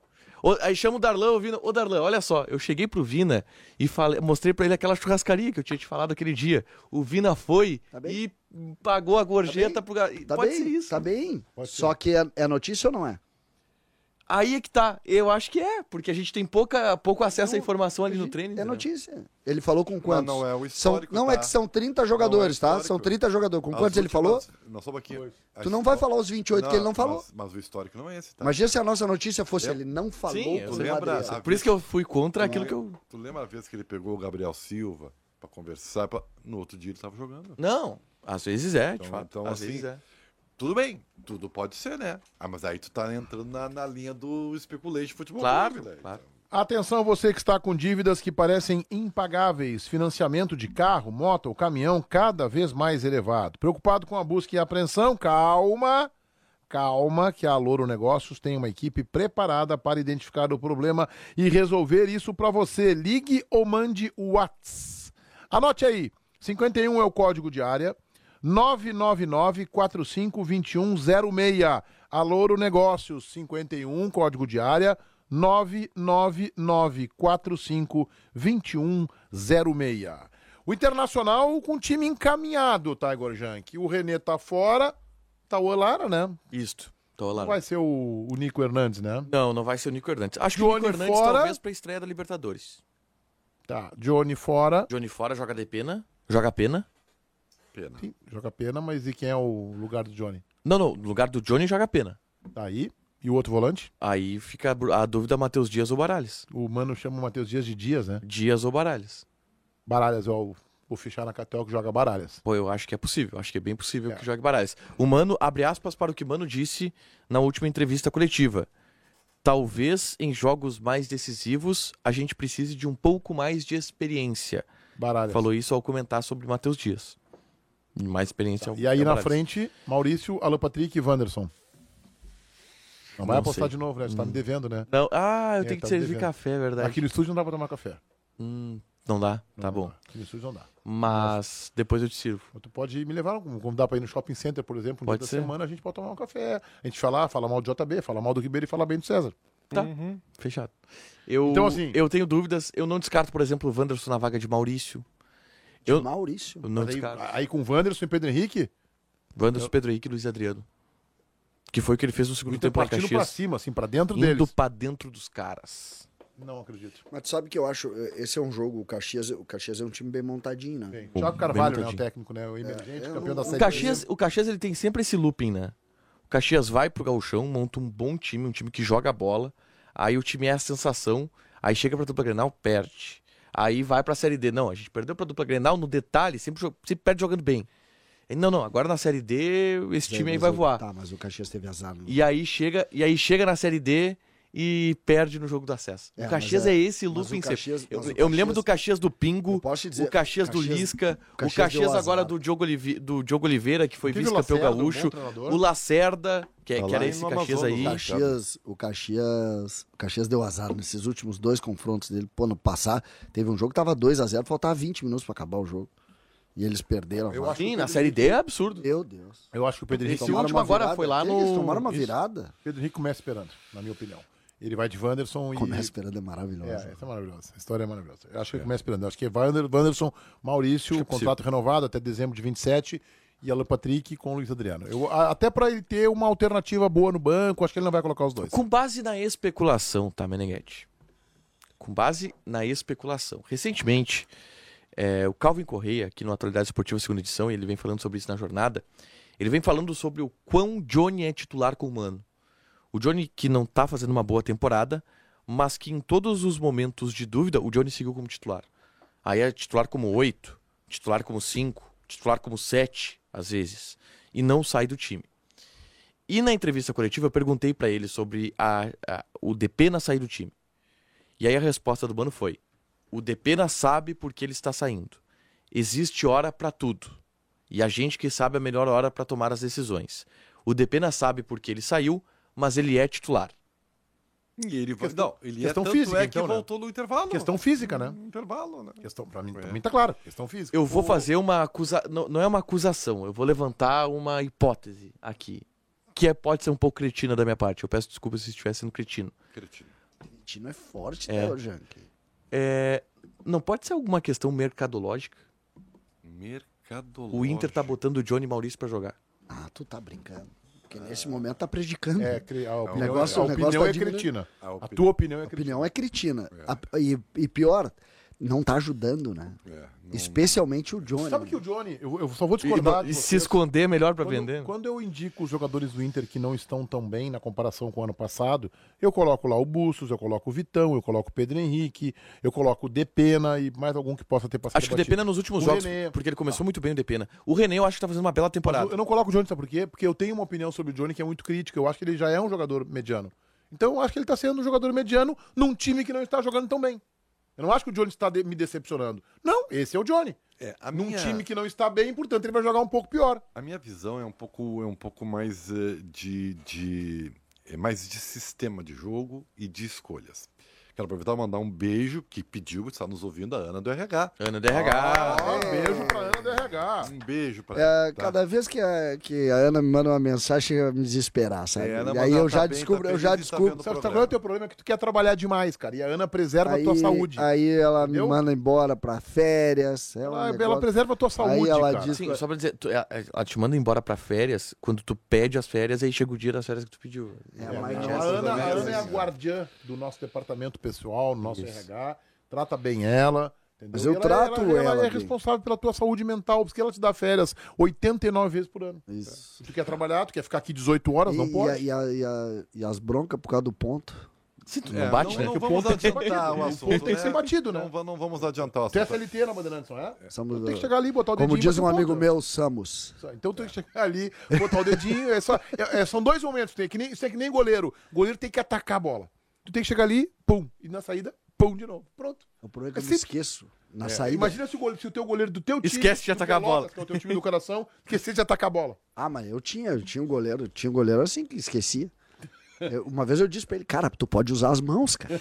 Speaker 4: Ô, aí chama o Darlan, o Vina. Ô, Darlan, olha só, eu cheguei pro Vina e falei, mostrei pra ele aquela churrascaria que eu tinha te falado aquele dia. O Vina foi
Speaker 5: Tá bem.
Speaker 4: e pagou a gorjeta
Speaker 5: Tá bem.
Speaker 4: pro gar-
Speaker 5: Tá
Speaker 4: Pode
Speaker 5: bem,
Speaker 4: ser isso.
Speaker 5: Tá bem.
Speaker 2: Pode ser.
Speaker 5: Só que é, é notícia ou não é?
Speaker 4: Aí é que tá. Eu acho que é, porque a gente tem pouca, pouco acesso à informação ali no treino.
Speaker 5: É
Speaker 4: entendeu?
Speaker 5: notícia. Ele falou com quantos?
Speaker 3: não é o
Speaker 5: são,
Speaker 3: histórico,
Speaker 5: Não
Speaker 3: tá?
Speaker 5: é que são trinta jogadores,
Speaker 3: Não é o
Speaker 5: tá? São
Speaker 3: histórico.
Speaker 5: trinta jogadores. Com
Speaker 3: As
Speaker 5: quantos ele falou?
Speaker 3: últimas- Não, só um pouquinho. A
Speaker 5: Tu não vai
Speaker 3: histó-
Speaker 5: falar os vinte e oito que ele não falou.
Speaker 3: Mas, mas o histórico não é esse, tá?
Speaker 5: Imagina se a nossa notícia fosse
Speaker 3: Lembra?
Speaker 5: ele não falou
Speaker 4: Sim, eu
Speaker 5: pro
Speaker 3: lembro,
Speaker 5: Madrid.
Speaker 3: a-
Speaker 4: Por isso que eu fui contra
Speaker 3: Tu
Speaker 4: aquilo
Speaker 3: lem-
Speaker 4: que eu...
Speaker 3: Tu lembra a vez que ele pegou o Gabriel Silva pra conversar? pra- No outro dia ele tava jogando.
Speaker 4: Não, às vezes é, de
Speaker 3: Então-
Speaker 4: fato.
Speaker 3: então,
Speaker 4: às
Speaker 3: assim,
Speaker 4: vezes é.
Speaker 3: Tudo bem, tudo pode ser, né? Ah, mas aí tu tá entrando na, na linha do speculation futebol.
Speaker 4: Claro,
Speaker 3: clube, né?
Speaker 4: claro.
Speaker 2: Atenção você que está com dívidas que parecem impagáveis, financiamento de carro, moto ou caminhão cada vez mais elevado. Preocupado com a busca e apreensão? Calma, calma que a Louro Negócios tem uma equipe preparada para identificar o problema e resolver isso para você. Ligue ou mande o WhatsApp. Anote aí, cinquenta e um é o código de área, nove nove nove, quatro cinco dois um zero seis. A Louro Negócios, cinquenta e um, código de área, nove nove nove, quatro cinco dois um zero seis. O Internacional com o time encaminhado, tá, Igor Jank? O René tá fora, tá o Olara, né?
Speaker 4: Isto. Tô lá.
Speaker 2: Não vai ser o, o Nico Hernandes, né?
Speaker 4: Não, não vai ser o Nico Hernandes. Acho que o
Speaker 2: Johnny
Speaker 4: Nico Hernandes
Speaker 2: fora.
Speaker 4: talvez pra estreia da Libertadores.
Speaker 2: Tá, Johnny fora.
Speaker 4: Johnny fora, joga de pena. Joga pena.
Speaker 3: Pena.
Speaker 2: Sim, joga pena, mas e quem é o lugar do Johnny?
Speaker 4: Não, não, no lugar do Johnny joga pena.
Speaker 2: Tá aí. E o outro volante?
Speaker 4: Aí fica a dúvida, Matheus Dias ou Baralhas.
Speaker 2: O Mano chama o Matheus Dias de Dias, né?
Speaker 4: Dias ou Baralhas.
Speaker 2: Baralhas, ó, vou fechar na Catel que joga Baralhas.
Speaker 4: Pô, eu acho que é possível. Acho que é bem possível
Speaker 2: É.
Speaker 4: que jogue Baralhas. O Mano, abre aspas para o que o Mano disse na última entrevista coletiva. Talvez em jogos mais decisivos a gente precise de um pouco mais de experiência.
Speaker 2: Baralhas.
Speaker 4: Falou isso ao comentar sobre o Matheus Dias. Mais experiência. ao-
Speaker 2: E aí
Speaker 4: ao
Speaker 2: na
Speaker 4: Baralhas.
Speaker 2: frente, Maurício, Alan Patrick e Wanderson. Não vai
Speaker 4: Não
Speaker 2: apostar
Speaker 4: sei.
Speaker 2: de novo, né? Você tá me devendo, né?
Speaker 4: Não, ah, eu
Speaker 2: É,
Speaker 4: tenho
Speaker 2: tá
Speaker 4: que servir
Speaker 2: devendo.
Speaker 4: café, é verdade.
Speaker 2: Aqui no estúdio não dá pra tomar café.
Speaker 4: Hum, não dá, tá
Speaker 2: Não
Speaker 4: bom.
Speaker 2: dá. Aqui no estúdio não dá.
Speaker 4: Mas depois eu te sirvo.
Speaker 2: Mas tu pode me levar, como dá pra ir no shopping center, por exemplo, no
Speaker 4: Pode
Speaker 2: dia da
Speaker 4: ser.
Speaker 2: semana, a gente pode tomar um café. A gente falar, fala mal do J B, fala mal do Ribeiro e fala bem do César.
Speaker 4: Tá, fechado. Eu,
Speaker 2: Então, assim-
Speaker 4: eu tenho dúvidas. Eu não descarto, por exemplo, o Wanderson na vaga de Maurício.
Speaker 5: De
Speaker 4: Eu-
Speaker 5: Maurício.
Speaker 4: Eu não
Speaker 2: Mas aí,
Speaker 4: descarto.
Speaker 2: aí com o Wanderson e Pedro Henrique,
Speaker 4: Wanderson, Pedro Henrique e Luiz Adriano. Que foi o que ele fez no
Speaker 2: o
Speaker 4: segundo
Speaker 2: Inter
Speaker 4: tempo lá em
Speaker 2: partindo pra
Speaker 4: Caxias.
Speaker 2: cima, assim, pra dentro
Speaker 4: Indo
Speaker 2: deles.
Speaker 4: pra dentro dos caras.
Speaker 2: Não acredito.
Speaker 5: Mas tu sabe que eu acho, eh, esse é um jogo, o Caxias, o Caxias é um time bem montadinho, né?
Speaker 2: Bem,
Speaker 4: Bom,
Speaker 2: Thiago
Speaker 4: bem
Speaker 2: Carvalho, né, o
Speaker 4: montadinho.
Speaker 2: técnico, né? O emergente,
Speaker 5: É, eu
Speaker 2: campeão
Speaker 5: não-
Speaker 2: da
Speaker 5: o
Speaker 2: Série
Speaker 4: O Caxias, o Caxias ele tem sempre esse looping, né? O Caxias vai pro gauchão, monta um bom time, um time que joga a bola. Aí o time é a sensação. Aí chega pra dupla Grenal, perde. Aí vai pra Série D. Não, a gente perdeu pra dupla Grenal no detalhe, sempre, jo- sempre perde jogando bem. Aí, não, não, agora na Série D esse time aí
Speaker 5: Mas
Speaker 4: vai
Speaker 5: o-
Speaker 4: voar.
Speaker 5: Tá, mas o Caxias teve azar. Né?
Speaker 4: E aí chega, e aí chega na Série D e perde no jogo do acesso.
Speaker 5: É,
Speaker 4: o Caxias
Speaker 5: mas
Speaker 4: é,
Speaker 5: é-
Speaker 4: esse
Speaker 5: mas
Speaker 4: looping
Speaker 5: o Caxias-
Speaker 4: sempre. Eu,
Speaker 5: mas o
Speaker 4: eu me lembro
Speaker 5: Caxias-
Speaker 4: do Caxias do Pingo,
Speaker 5: Eu posso te dizer,
Speaker 4: o Caxias, do
Speaker 5: Caxias-
Speaker 4: Lisca,
Speaker 5: o
Speaker 4: o
Speaker 5: Caxias
Speaker 4: Caxias,
Speaker 5: deu
Speaker 4: agora
Speaker 5: azar.
Speaker 4: do Diogo, Olive, do Diogo Oliveira, que foi
Speaker 2: Teve o
Speaker 4: vice-campeão
Speaker 2: Lacerda, um bom
Speaker 4: gaúcho,
Speaker 2: treinador.
Speaker 4: o Lacerda, que, é-
Speaker 3: Tá
Speaker 4: que
Speaker 3: lá
Speaker 4: era
Speaker 3: em
Speaker 4: esse
Speaker 3: no
Speaker 4: Caxias
Speaker 3: Amazonas,
Speaker 4: aí.
Speaker 5: O
Speaker 3: né?
Speaker 5: Caxias, o Caxias, o Caxias deu azar nesses últimos dois confrontos dele. Pô, no passar, teve um jogo que tava dois a zero, faltava vinte minutos pra acabar o jogo. E eles perderam. a
Speaker 2: Eu
Speaker 5: vaga.
Speaker 2: acho que
Speaker 4: Sim,
Speaker 2: o
Speaker 4: na
Speaker 2: Pedro
Speaker 4: Série
Speaker 2: Henrique-
Speaker 4: D é absurdo.
Speaker 5: Meu Deus.
Speaker 2: Eu acho que o Pedro Henrique,
Speaker 4: Esse
Speaker 5: Tomaram
Speaker 4: último
Speaker 5: uma
Speaker 4: agora
Speaker 5: virada.
Speaker 4: foi lá
Speaker 5: Que
Speaker 4: no-
Speaker 5: Isso, tomaram uma
Speaker 4: isso.
Speaker 5: virada.
Speaker 2: Pedro Henrique começa esperando, na minha opinião. Ele vai de Wanderson e...
Speaker 5: Começa esperando é maravilhoso.
Speaker 2: É, essa é maravilhosa. A história é maravilhosa. Eu acho que ele começa esperando. Eu acho que é Wander- Wanderson, Maurício,
Speaker 4: que é
Speaker 2: contrato renovado até dezembro de vinte e sete e Alan Patrick com o Luiz Adriano. Eu, a- até pra ele ter uma alternativa boa no banco, acho que ele não vai colocar os dois.
Speaker 4: Com base na especulação, tá, Meneghetti? Com base na especulação. Recentemente, é, o Calvin Correia, aqui no Atualidade Esportiva segunda edição, e ele vem falando sobre isso na jornada, ele vem falando sobre o quão Johnny é titular com o Mano. O Johnny que não tá fazendo uma boa temporada, mas que em todos os momentos de dúvida, o Johnny seguiu como titular. Aí é titular como oito, titular como cinco, titular como sete, às vezes. E não sai do time. E na entrevista coletiva eu perguntei pra ele sobre a, a, o Depena sair do time. E aí a resposta do Mano foi: o Depena sabe porque ele está saindo. Existe hora pra tudo. E a gente que sabe a melhor hora pra tomar as decisões. O Depena sabe porque ele saiu, mas ele é titular.
Speaker 3: E ele vai...
Speaker 2: Questão-
Speaker 3: não, ele
Speaker 2: questão
Speaker 3: é tanto
Speaker 2: física,
Speaker 3: é que
Speaker 2: então, né?
Speaker 3: voltou no intervalo.
Speaker 2: Questão física, né?
Speaker 3: No intervalo, né?
Speaker 2: Questão, pra mim, pra mim tá claro. Questão física.
Speaker 4: Eu vou
Speaker 2: O-
Speaker 4: fazer uma acusação. Não, não é uma acusação, eu vou levantar uma hipótese aqui. Que é, pode ser um pouco cretina da minha parte. Eu peço desculpa se estiver sendo cretino.
Speaker 3: Cretino.
Speaker 5: Cretino é forte,
Speaker 4: É.
Speaker 5: né, Jank?
Speaker 4: É, não pode ser alguma questão mercadológica?
Speaker 3: Mercadológico.
Speaker 4: O Inter tá botando o Johnny Maurício pra jogar.
Speaker 5: Ah, tu tá brincando. Porque nesse momento tá prejudicando.
Speaker 2: É, cre- a opinião,
Speaker 5: negócio-
Speaker 2: a
Speaker 5: o negócio
Speaker 2: opinião
Speaker 5: tá
Speaker 2: é
Speaker 5: diminuindo.
Speaker 2: cretina.
Speaker 3: A
Speaker 2: A
Speaker 3: opinião-
Speaker 2: tua opinião é
Speaker 5: A
Speaker 2: cretina.
Speaker 5: opinião é cretina. A- e, e pior, não tá ajudando, né?
Speaker 3: É, não-
Speaker 5: Especialmente o Johnny.
Speaker 2: Sabe que o Johnny, eu, eu só vou
Speaker 4: E,
Speaker 2: discordar. de
Speaker 4: e se
Speaker 2: vocês.
Speaker 4: esconder é melhor pra
Speaker 2: Quando,
Speaker 4: vender?
Speaker 2: quando eu indico os jogadores do Inter que não estão tão bem na comparação com o ano passado, eu coloco lá o Bustos, eu coloco o Vitão, eu coloco o Pedro Henrique, eu coloco o Depena e mais algum que possa ter passado.
Speaker 4: Acho que o Depena nos últimos
Speaker 2: O
Speaker 4: jogos,
Speaker 2: René.
Speaker 4: porque ele começou muito bem o Depena. O René eu acho que tá fazendo uma bela temporada.
Speaker 2: Eu não coloco o Johnny, sabe por quê? Porque eu tenho uma opinião sobre o Johnny que é muito crítica. Eu acho que ele já é um jogador mediano. Então eu acho que ele tá sendo um jogador mediano num time que não está jogando tão bem. Eu não acho que o Johnny está de- me decepcionando. Não, esse é o Johnny.
Speaker 3: É, a
Speaker 2: Num
Speaker 3: minha,
Speaker 2: time que não está bem, portanto ele vai jogar um pouco pior.
Speaker 3: a minha visão é um pouco, é um pouco mais eh, de, de é mais de sistema de jogo e de escolhas. Quero aproveitar e mandar um beijo que pediu, está nos ouvindo, a Ana do R H.
Speaker 4: Ana do R H.
Speaker 2: Ah, beijo pra Ana do R H.
Speaker 3: Um beijo para
Speaker 5: É, cada vez que a, que a Ana me manda uma mensagem, chega a me desesperar, sabe?
Speaker 3: É, Ana,
Speaker 5: e
Speaker 3: mas
Speaker 5: aí
Speaker 3: ela
Speaker 5: eu já
Speaker 3: tá bem,
Speaker 5: descubro,
Speaker 3: tá
Speaker 5: eu já
Speaker 3: feliz e tá
Speaker 5: descubro.
Speaker 3: vendo
Speaker 2: Sabe
Speaker 3: o
Speaker 2: qual é o teu problema? É que tu quer trabalhar demais, cara. E a Ana preserva a tua saúde.
Speaker 5: Aí ela
Speaker 2: Entendeu?
Speaker 5: me manda embora pra férias. É um
Speaker 2: Ela,
Speaker 5: negócio-
Speaker 2: ela preserva a tua saúde,
Speaker 5: ela
Speaker 2: cara.
Speaker 5: diz-
Speaker 4: Sim, só pra dizer, tu- ela ela te manda embora pra férias quando tu pede as férias, aí chega o dia das férias que tu pediu.
Speaker 5: É,
Speaker 2: É,
Speaker 5: mas
Speaker 2: a,
Speaker 5: já-
Speaker 2: Ana, a
Speaker 3: vezes,
Speaker 2: Ana é a
Speaker 3: né?
Speaker 2: guardiã do nosso departamento pessoal, do nosso
Speaker 4: Isso.
Speaker 2: R H. Trata bem ela. Entendeu?
Speaker 5: Mas eu
Speaker 2: E ela,
Speaker 5: trato
Speaker 2: ela, ela,
Speaker 5: ela
Speaker 2: é
Speaker 5: bem.
Speaker 2: responsável pela tua saúde mental, porque ela te dá férias oitenta e nove vezes por ano.
Speaker 5: Isso.
Speaker 2: Se tu quer trabalhar, tu quer ficar aqui dezoito horas, não
Speaker 5: E,
Speaker 2: pode.
Speaker 5: e, a- e a- e as broncas por causa do ponto.
Speaker 4: Se tu
Speaker 3: É,
Speaker 4: não bate,
Speaker 3: não,
Speaker 4: né?
Speaker 3: não
Speaker 2: Porque o
Speaker 3: vamos
Speaker 2: ponto tem que ser
Speaker 3: adiantar
Speaker 2: batido.
Speaker 3: o
Speaker 2: O
Speaker 3: assunto.
Speaker 2: ponto tem que ser
Speaker 3: né?
Speaker 2: batido, né?
Speaker 3: Não, va- não vamos adiantar o
Speaker 2: Tu é
Speaker 3: assunto.
Speaker 2: C L T na Bandeirante, não é?
Speaker 5: Somos,
Speaker 2: Tem que chegar ali e botar o dedinho.
Speaker 5: como diz
Speaker 2: e
Speaker 5: um
Speaker 2: bater
Speaker 5: amigo
Speaker 2: ponto.
Speaker 5: meu, Samus.
Speaker 2: Então tem que chegar ali, botar o dedinho. É só, é- é- são dois momentos. Tem que nem, isso é que nem goleiro. O goleiro tem que atacar a bola. Tu tem que chegar ali, pum. E na saída, pum de novo. Pronto.
Speaker 5: O problema é que
Speaker 2: É
Speaker 5: eu me
Speaker 2: simples.
Speaker 5: esqueço. Na
Speaker 2: É,
Speaker 5: saída.
Speaker 2: Imagina se o, goleiro, se o teu goleiro do teu time.
Speaker 4: Esquece de
Speaker 2: do
Speaker 4: atacar a
Speaker 2: Pelotas,
Speaker 4: bola.
Speaker 2: Que é o teu time do coração, esquecer de atacar a bola.
Speaker 5: Ah, mas eu tinha, eu tinha um goleiro, tinha um goleiro assim que esquecia. Eu- uma vez eu disse pra ele, cara, tu pode usar as mãos, cara.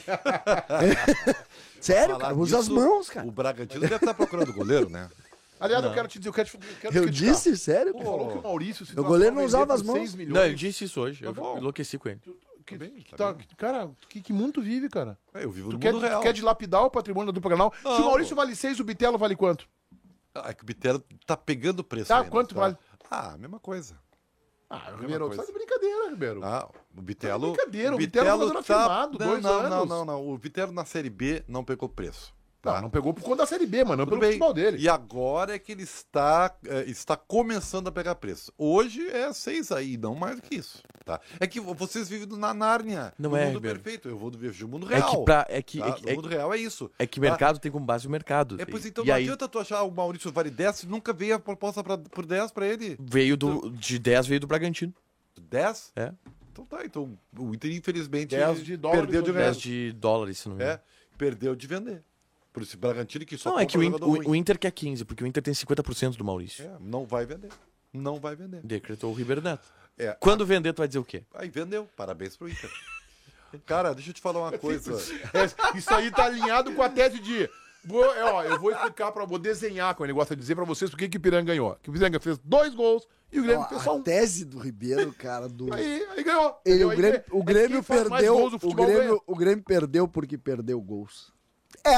Speaker 5: Sério,
Speaker 3: Falar
Speaker 5: cara, usa as
Speaker 3: nisso,
Speaker 5: mãos, cara.
Speaker 3: O Bragantino deve estar procurando goleiro, né?
Speaker 2: Aliás, eu quero te dizer, eu quero te, eu quero te
Speaker 5: Eu
Speaker 2: criticar.
Speaker 5: disse, sério?
Speaker 2: Tu falou que o Maurício se
Speaker 5: Meu goleiro não
Speaker 2: transforma em
Speaker 5: usava as
Speaker 2: vender por
Speaker 5: mãos.
Speaker 2: seis milhões.
Speaker 4: Não, ele disse isso hoje. Eu
Speaker 2: Tá bom.
Speaker 4: enlouqueci com ele.
Speaker 2: Que,
Speaker 3: Tá bem,
Speaker 2: que
Speaker 3: tá
Speaker 2: tá- que- cara, que, que mundo tu vive, cara?
Speaker 3: É, eu vivo
Speaker 2: Tu
Speaker 3: no
Speaker 2: quer,
Speaker 3: mundo
Speaker 2: tu
Speaker 3: real.
Speaker 2: quer dilapidar o patrimônio da dupla Granal? Se
Speaker 3: Não.
Speaker 2: o Maurício vale seis, o Bitelo vale quanto?
Speaker 3: Ah, é que o Bitelo tá pegando preço
Speaker 2: Tá,
Speaker 3: ainda,
Speaker 2: quanto vale?
Speaker 3: Ah, mesma coisa.
Speaker 2: Ah, Ribeiro, tu
Speaker 3: coisa.
Speaker 2: tá de brincadeira, Ribeiro.
Speaker 3: Ah, o Bitelo...
Speaker 2: Tá de brincadeira, o Bitelo é um jogador afirmado,
Speaker 3: não,
Speaker 2: dois
Speaker 3: não,
Speaker 2: anos.
Speaker 3: Não, não, não. O Bitelo na Série B não pegou preço.
Speaker 2: Tá,
Speaker 3: Tá?
Speaker 2: não pegou por conta da Série B, mas não
Speaker 3: Tudo
Speaker 2: pelo
Speaker 3: bem.
Speaker 2: futebol dele.
Speaker 3: E agora é que ele está, eh, está começando a pegar preço. Hoje é seis aí, não mais do que isso. Tá? É que vocês vivem na Nárnia.
Speaker 4: Não
Speaker 3: no
Speaker 4: é,
Speaker 3: mundo
Speaker 4: Ribeiro.
Speaker 3: perfeito. Eu vou viver o mundo
Speaker 4: É
Speaker 3: real.
Speaker 4: que, pra, é que,
Speaker 3: tá?
Speaker 4: é que,
Speaker 3: No
Speaker 4: é,
Speaker 3: mundo real é isso.
Speaker 4: é que
Speaker 3: tá?
Speaker 4: mercado tem como base o mercado.
Speaker 3: É, pois então
Speaker 4: e
Speaker 3: não
Speaker 4: aí
Speaker 3: adianta tu achar o Maurício vale dez, nunca veio a proposta pra, por dez pra ele.
Speaker 4: veio do, de dez veio do Bragantino.
Speaker 3: dez?
Speaker 4: É.
Speaker 3: Então tá, então o Inter infelizmente
Speaker 2: dez de dólares
Speaker 3: perdeu de
Speaker 2: ou
Speaker 3: ganhar.
Speaker 4: dez de dólares, se não me engano.
Speaker 3: É, perdeu de vender. Por esse Bragantino que só
Speaker 4: Não, é que o,
Speaker 3: compra
Speaker 4: In-
Speaker 3: jogador
Speaker 4: o-
Speaker 3: ruim.
Speaker 4: o Inter quer quinze, porque o Inter tem cinquenta por cento do Maurício.
Speaker 3: É, não vai vender. Não vai vender.
Speaker 4: Decretou o Ribeiro Neto.
Speaker 3: É,
Speaker 4: Quando vender, tu vai dizer o quê?
Speaker 3: aí vendeu. Parabéns pro Inter. Cara, deixa eu te falar uma coisa.
Speaker 2: É, isso aí tá alinhado com a tese de. Vou, é, ó, eu vou explicar pra. Vou desenhar, como ele gosta de dizer pra vocês, por que que o Ipiranga ganhou. Que o Ipiranga fez dois gols e o Grêmio
Speaker 5: Ó,
Speaker 2: fez só
Speaker 5: a
Speaker 2: um.
Speaker 5: tese do Ribeiro, cara, do.
Speaker 2: Aí, aí ganhou.
Speaker 5: Ele,
Speaker 2: entendeu?
Speaker 5: o
Speaker 2: Aí
Speaker 5: Grêmio,
Speaker 2: é-
Speaker 5: o
Speaker 2: é
Speaker 5: Grêmio
Speaker 2: quem faz mais
Speaker 5: perdeu.
Speaker 2: gols, o
Speaker 5: O
Speaker 2: futebol
Speaker 5: Grêmio, o Grêmio perdeu porque perdeu gols. É.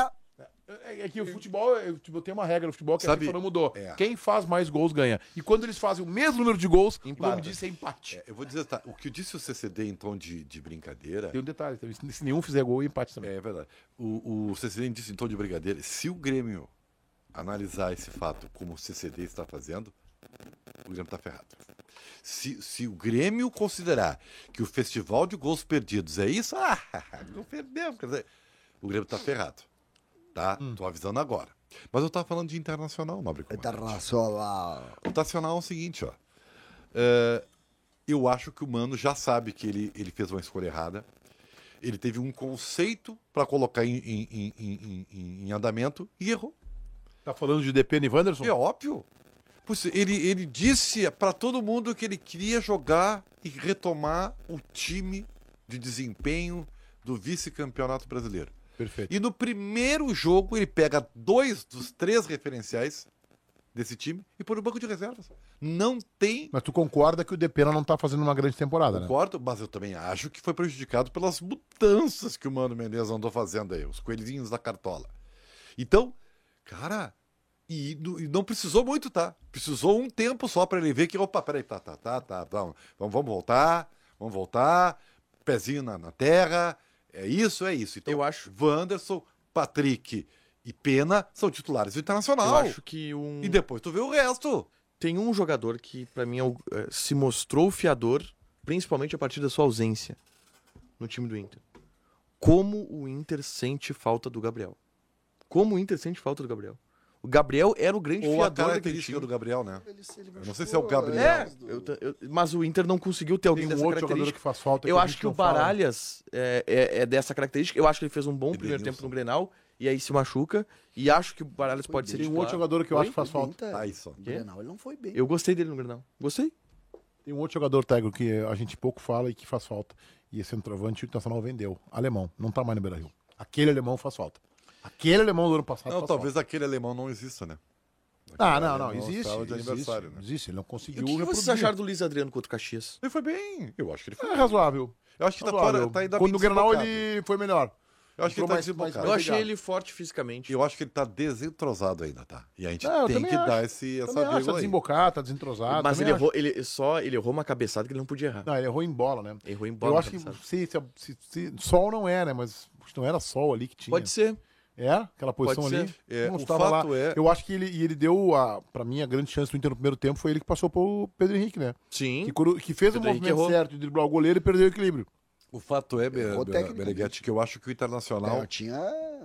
Speaker 2: É, é que o futebol, é, tipo, tem uma regra no futebol que
Speaker 3: Sabe,
Speaker 2: a FIFA não mudou.
Speaker 3: é.
Speaker 2: Quem faz mais gols ganha. E quando eles fazem o mesmo número de gols, o
Speaker 4: Empata.
Speaker 2: nome disso é empate.
Speaker 3: É, eu vou dizer, tá, o que eu disse o C C D em tom de, de brincadeira.
Speaker 2: Tem um detalhe, também, se se nenhum fizer gol, empate também.
Speaker 3: É verdade. O, o C C D disse em tom de brincadeira. Se o Grêmio analisar esse fato como o C C D está fazendo, o Grêmio está ferrado. Se, se o Grêmio considerar que o festival de gols perdidos é isso, ah, não perdemos. Quer dizer, o Grêmio está ferrado. Tá? Tô avisando agora. Mas eu tava falando de internacional, Nobre Comadre.
Speaker 5: Internacional.
Speaker 3: O internacional é o seguinte, ó. É, eu acho que o Mano já sabe que ele, ele fez uma escolha errada. Ele teve um conceito para colocar em, em, em, em, em, em andamento e errou.
Speaker 2: Tá falando de Depena e Wanderson?
Speaker 3: É óbvio. Pois Ele, ele disse para todo mundo que ele queria jogar e retomar o time de desempenho do vice-campeonato brasileiro.
Speaker 2: Perfeito.
Speaker 3: E no primeiro jogo ele pega dois dos três referenciais desse time e põe no banco de reservas. Não tem...
Speaker 2: Mas tu concorda que o Depena não tá fazendo uma grande temporada, né?
Speaker 3: Concordo, mas eu também acho que foi prejudicado pelas mudanças que o Mano Menezes andou fazendo aí, os coelhinhos da cartola. Então, cara, e, e não precisou muito, tá? Precisou um tempo só para ele ver que, opa, peraí, tá, tá, tá, tá, tá vamos, vamos voltar, vamos voltar, pezinho na, na terra, é isso, é isso. Então,
Speaker 4: Eu acho.
Speaker 3: Wanderson, Patrick e Pena são titulares do Internacional.
Speaker 4: Eu acho que um...
Speaker 3: E depois tu vê o resto.
Speaker 4: Tem um jogador que, pra mim, é o- é, se mostrou fiador, principalmente a partir da sua ausência no time do Inter. Como o Inter sente falta do Gabriel. Como o Inter sente falta do Gabriel. O Gabriel era o grande
Speaker 3: Ou a
Speaker 4: fiador daquele
Speaker 3: característica
Speaker 4: time.
Speaker 3: do Gabriel, né?
Speaker 5: Ele, ele
Speaker 3: Eu não sei se é o Gabriel.
Speaker 4: É, eu ta- eu- mas o Inter não conseguiu ter alguém
Speaker 2: Tem um
Speaker 4: dessa
Speaker 2: outro jogador
Speaker 4: característica.
Speaker 2: que faz falta.
Speaker 4: Eu
Speaker 2: a
Speaker 4: acho
Speaker 2: gente
Speaker 4: que o
Speaker 2: não fala.
Speaker 4: Baralhas é, é- é dessa característica. Eu acho que ele fez um bom primeiro
Speaker 3: Edenilson.
Speaker 4: tempo no Grenal e aí se machuca. E acho que o Baralhas
Speaker 5: Foi
Speaker 4: pode ser
Speaker 5: bem.
Speaker 2: Tem um
Speaker 4: titular.
Speaker 2: outro jogador que eu
Speaker 4: Oi?
Speaker 2: acho que faz falta.
Speaker 3: Tyson.
Speaker 5: No Grenal ele não foi bem.
Speaker 4: Eu gostei dele no Grenal. Gostei.
Speaker 2: Tem um outro jogador, Tego, que a gente pouco fala e que faz falta. E esse centroavante o Internacional vendeu. Alemão. Não tá mais no Beira-Rio. Aquele alemão faz falta. Aquele alemão do ano passado
Speaker 3: Não,
Speaker 2: faz
Speaker 3: talvez aquele alemão não exista, né?
Speaker 2: falta. Ah,
Speaker 3: Aquele
Speaker 2: não, não.
Speaker 3: alemão
Speaker 2: Existe.
Speaker 3: estava de
Speaker 2: existe,
Speaker 3: aniversário, né?
Speaker 2: existe. Ele não
Speaker 4: E
Speaker 2: conseguiu
Speaker 4: o que, que vocês
Speaker 2: reproduzir.
Speaker 4: acharam do Luiz Adriano contra o Caxias?
Speaker 3: Ele foi bem. Eu acho que ele foi.
Speaker 2: É razoável.
Speaker 3: Eu acho que tá,
Speaker 2: razoável.
Speaker 3: fora, tá ainda
Speaker 2: Quando
Speaker 3: bem
Speaker 2: no Grenal
Speaker 3: desfocado.
Speaker 2: ele foi melhor.
Speaker 3: Eu acho que ele
Speaker 2: entrou
Speaker 3: tá
Speaker 2: mais-
Speaker 3: desfocado.
Speaker 2: mais-
Speaker 4: Eu
Speaker 2: Mas
Speaker 4: achei
Speaker 2: legal.
Speaker 4: ele forte fisicamente.
Speaker 3: Eu acho que ele tá desentrosado ainda, tá? E a gente
Speaker 2: É, eu
Speaker 3: tem
Speaker 2: também
Speaker 3: que
Speaker 2: acho.
Speaker 3: dar esse, essa
Speaker 2: Também acho, tá
Speaker 3: vírgula aí.
Speaker 2: desembocado, tá desentrosado.
Speaker 4: Mas ele
Speaker 2: também acho.
Speaker 4: errou, ele só ele errou uma cabeçada que ele não podia errar.
Speaker 2: Não, ele errou em bola, né?
Speaker 4: Errou em bola.
Speaker 2: Eu
Speaker 4: na
Speaker 2: acho que
Speaker 4: cabeçada.
Speaker 2: se, se, se- se- sol não é, né? Mas acho que não era sol ali que tinha.
Speaker 4: Pode ser.
Speaker 2: É? Aquela posição
Speaker 4: Pode
Speaker 2: ali?
Speaker 4: ser.
Speaker 3: É,
Speaker 2: Não
Speaker 3: o
Speaker 2: estava
Speaker 3: fato
Speaker 2: lá.
Speaker 3: é-
Speaker 2: Eu acho que ele, e ele deu, a, pra mim, a grande chance do Inter no primeiro tempo foi ele que passou pro Pedro Henrique, né?
Speaker 4: Sim.
Speaker 2: Que, coro- que fez
Speaker 4: Pedro
Speaker 2: o
Speaker 4: Henrique
Speaker 2: movimento
Speaker 4: errou.
Speaker 2: certo de driblar o goleiro e perdeu o equilíbrio.
Speaker 3: O fato é, Be-
Speaker 5: Errou
Speaker 3: Be-
Speaker 5: tecnicamente.
Speaker 3: Beneguete, que eu acho que o Internacional...
Speaker 5: É, tinha.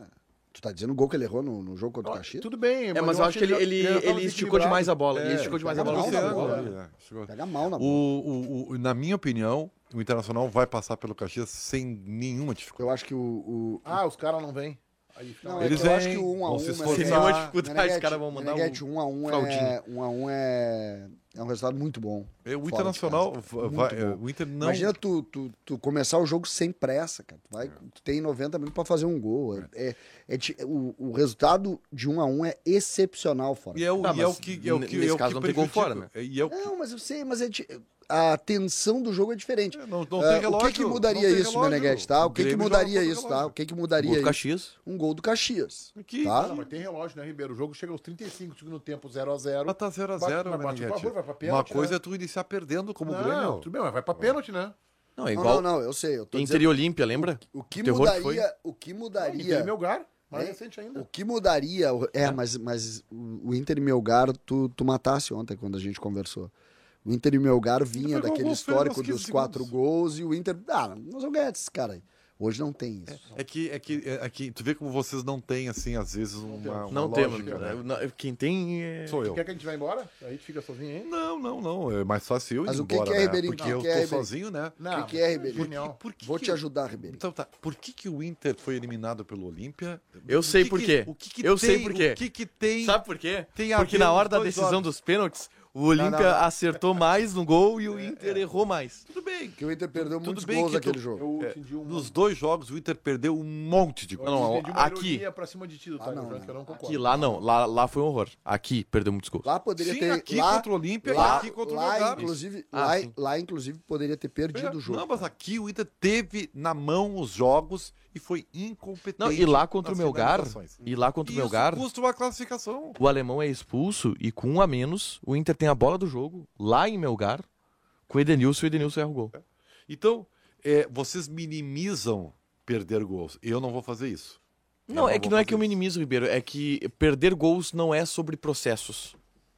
Speaker 5: Tu tá dizendo o gol que ele errou no, no jogo contra o Caxias?
Speaker 2: Tudo bem,
Speaker 4: É, mas eu acho que ele, ele,
Speaker 2: já tava
Speaker 4: ele esticou
Speaker 2: desequilibrado.
Speaker 4: demais a bola.
Speaker 3: É,
Speaker 4: ele esticou demais a
Speaker 5: pega
Speaker 4: bola.
Speaker 5: mal
Speaker 4: no
Speaker 5: na
Speaker 4: final.
Speaker 5: bola.
Speaker 3: ali, né? Chegou-
Speaker 5: Pega mal na
Speaker 3: O,
Speaker 5: bola.
Speaker 3: o, o- na minha opinião, o Internacional vai passar pelo Caxias sem nenhuma dificuldade.
Speaker 5: Eu acho que o. o-
Speaker 2: Ah, os caras não vêm. Aí fica
Speaker 5: Não,
Speaker 2: lá.
Speaker 5: é
Speaker 3: eles
Speaker 5: que eu acho
Speaker 3: vêm,
Speaker 5: que o um a
Speaker 3: vão
Speaker 5: um
Speaker 3: se
Speaker 5: é
Speaker 3: esforçar.
Speaker 4: Sem nenhuma dificuldade, os caras vão mandar
Speaker 5: Meneghete,
Speaker 4: um
Speaker 5: um a um
Speaker 4: fraldinho.
Speaker 5: é, um a um é, é um resultado muito bom.
Speaker 3: É, O
Speaker 5: Fora de
Speaker 3: Internacional
Speaker 5: casa.
Speaker 3: va-
Speaker 5: Muito
Speaker 3: vai,
Speaker 5: bom.
Speaker 3: é, o Inter não...
Speaker 5: Imagina tu, tu, tu começar o jogo sem pressa, cara. Tu, vai, tu tem noventa minutos pra fazer um gol. É, é de- o, o resultado de um a um é excepcional fora.
Speaker 3: E é o,
Speaker 4: Tá,
Speaker 3: e é o
Speaker 4: mas
Speaker 3: que é o que
Speaker 4: nesse
Speaker 3: é o
Speaker 4: caso
Speaker 3: que
Speaker 4: não tem gol
Speaker 3: prejudica.
Speaker 4: fora, né?
Speaker 3: É, E é o que...
Speaker 5: Não, mas eu sei, mas é de- a tensão do jogo é diferente.
Speaker 3: É, não- não
Speaker 5: Ah,
Speaker 3: tem relógio,
Speaker 5: o que, que
Speaker 3: não
Speaker 5: mudaria
Speaker 3: tem
Speaker 5: isso,
Speaker 3: relógio.
Speaker 5: Meneghete, tá?
Speaker 3: O
Speaker 5: O que, que
Speaker 3: Grêmio
Speaker 5: mudaria
Speaker 3: joga
Speaker 5: isso,
Speaker 3: contra
Speaker 5: tá?
Speaker 3: relógio.
Speaker 5: O que, que
Speaker 4: Gol
Speaker 5: mudaria
Speaker 4: do
Speaker 5: isso?
Speaker 4: Caxias.
Speaker 5: Um gol do Caxias.
Speaker 3: Aqui,
Speaker 5: Tá?
Speaker 2: Não, mas tem relógio, né, Ribeiro? O jogo chega aos trinta e cinco do segundo tempo, zero a zero.
Speaker 3: Mas tá zero a
Speaker 2: Bate-
Speaker 3: zero,
Speaker 2: mas bate o
Speaker 3: Meneghete.
Speaker 2: favor, vai pra
Speaker 3: Uma
Speaker 2: pênalti,
Speaker 3: coisa
Speaker 2: né?
Speaker 3: é tu iniciar perdendo como o
Speaker 2: Não,
Speaker 3: Grêmio.
Speaker 2: tudo bem, mas vai pra pênalti, né?
Speaker 4: Não, é
Speaker 5: Não,
Speaker 4: igual
Speaker 5: não, não, eu sei. Eu tô
Speaker 4: Inter
Speaker 5: dizendo,
Speaker 4: e Olímpia, lembra?
Speaker 5: o que
Speaker 4: o terror que foi.
Speaker 5: mudaria, o que
Speaker 2: Inter
Speaker 5: mudaria,
Speaker 2: e Melgar, mais
Speaker 5: É.
Speaker 2: recente ainda.
Speaker 5: o que mudaria, o- é, mas, mas o o Inter e Melgar, tu, tu matasse ontem quando a gente conversou. O Inter e Melgar vinha
Speaker 3: pegou o
Speaker 5: daquele
Speaker 3: gol feio
Speaker 5: histórico
Speaker 3: aos quinze
Speaker 5: dos quatro
Speaker 3: segundos.
Speaker 5: gols e o Inter, ah, nós vamos ganhar desses caras aí. Hoje não tem isso.
Speaker 3: É que, é, que, é que tu vê como vocês não têm, assim, às vezes, uma, uma
Speaker 4: Não
Speaker 3: lógica,
Speaker 4: temos.
Speaker 3: né?
Speaker 4: né? Não, Quem tem é...
Speaker 3: Sou eu.
Speaker 2: Quer que a gente vá embora? Aí tu fica sozinho aí?
Speaker 3: Não, não, não. É mais fácil eu ir
Speaker 5: Mas o que
Speaker 3: embora,
Speaker 5: que é,
Speaker 3: né?
Speaker 5: Ribeirinho?
Speaker 3: Porque
Speaker 5: O que
Speaker 3: eu
Speaker 5: que é,
Speaker 3: tô
Speaker 5: Ribeirinho?
Speaker 3: sozinho, né?
Speaker 2: Não,
Speaker 5: O que, que é, Ribeirinho?
Speaker 2: Genial.
Speaker 3: Por que
Speaker 5: Vou
Speaker 3: que
Speaker 5: te
Speaker 3: o-
Speaker 5: ajudar, Ribeirinho.
Speaker 3: Então tá, por que, que o Inter foi eliminado pelo Olímpia?
Speaker 4: Eu
Speaker 3: O
Speaker 4: sei
Speaker 3: que
Speaker 4: por
Speaker 3: que-
Speaker 4: quê.
Speaker 3: O que que
Speaker 4: Eu
Speaker 3: tem,
Speaker 4: sei por quê.
Speaker 3: O que que tem...
Speaker 4: Sabe por quê?
Speaker 3: Tem a
Speaker 4: Porque
Speaker 3: ver
Speaker 4: na
Speaker 3: os
Speaker 4: hora da
Speaker 3: dois
Speaker 4: decisão
Speaker 3: jogos.
Speaker 4: dos pênaltis, o Olímpia
Speaker 5: não, não.
Speaker 4: acertou mais no gol e o Inter errou mais.
Speaker 3: Tudo bem.
Speaker 5: Porque o Inter perdeu
Speaker 3: Tudo
Speaker 5: muitos
Speaker 3: bem
Speaker 5: gols
Speaker 3: que tu-
Speaker 5: naquele jogo.
Speaker 2: Eu
Speaker 3: É,
Speaker 2: entendi um...
Speaker 3: Nos dois jogos, o Inter perdeu um monte de gols.
Speaker 4: Não, não,
Speaker 2: eu entendi uma
Speaker 4: aqui-
Speaker 2: ironia pra cima de ti, tá?
Speaker 5: Ah, não,
Speaker 2: João,
Speaker 5: não.
Speaker 2: que eu não concordo.
Speaker 4: Aqui lá não, lá, lá foi um horror. Aqui perdeu muitos gols.
Speaker 5: Lá poderia
Speaker 3: Sim,
Speaker 5: ter.
Speaker 3: aqui
Speaker 5: lá,
Speaker 3: contra o Olímpia
Speaker 5: lá,
Speaker 3: e aqui contra o
Speaker 5: lá,
Speaker 3: Melgar.
Speaker 5: inclusive,
Speaker 4: Ah,
Speaker 5: lá,
Speaker 4: sim.
Speaker 5: lá, inclusive, poderia ter perdido o jogo.
Speaker 3: Não, mas aqui o Inter teve na mão os jogos e foi incompetente.
Speaker 4: Não, e lá contra o
Speaker 3: nas
Speaker 4: Melgar,
Speaker 3: finalizações.
Speaker 4: e lá contra o
Speaker 3: Isso
Speaker 4: Melgar,
Speaker 3: custa uma classificação.
Speaker 4: o alemão é expulso e com um a menos, o Inter tem a bola do jogo lá em Melgar, com o Edenilson e o Edenilson erra o gol.
Speaker 3: Então, é, vocês minimizam perder gols. Eu não vou fazer isso. Eu
Speaker 4: Não, é que
Speaker 3: vou
Speaker 4: não é
Speaker 3: fazer
Speaker 4: que eu
Speaker 3: isso.
Speaker 4: minimizo, Ribeiro, é que perder gols não é sobre processos.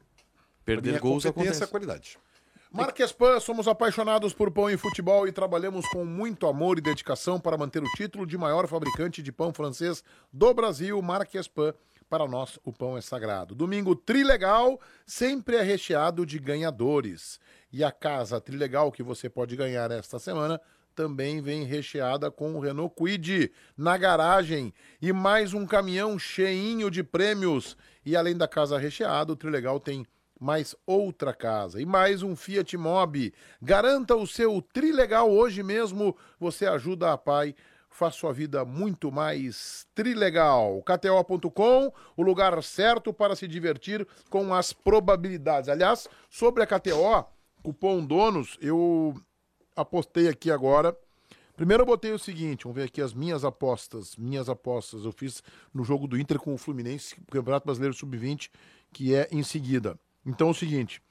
Speaker 4: Perder
Speaker 3: Minha
Speaker 4: gols
Speaker 3: competência
Speaker 4: acontece.
Speaker 3: é qualidade.
Speaker 2: Marques Pan, somos apaixonados por pão e futebol e trabalhamos com muito amor e dedicação para manter o título de maior fabricante de pão francês do Brasil. Marques Pan, Para nós, o pão é sagrado. Domingo Trilegal sempre é recheado de ganhadores. E a casa Trilegal que você pode ganhar esta semana também vem recheada com o Renault Kwid na garagem. E mais um caminhão cheinho de prêmios. E além da casa recheada, o Trilegal tem mais outra casa. E mais um Fiat Mobi. Garanta o seu Trilegal hoje mesmo. Você ajuda a Pai. Faz sua vida muito mais trilegal. K T O ponto com, o lugar certo para se divertir com as probabilidades. Aliás, sobre a K T O, cupom DONOS, eu apostei aqui agora. Primeiro eu botei o seguinte, vamos ver aqui as minhas apostas. Minhas apostas eu fiz no jogo do Inter com o Fluminense, Campeonato Brasileiro sub vinte, que é em seguida. Então é o seguinte,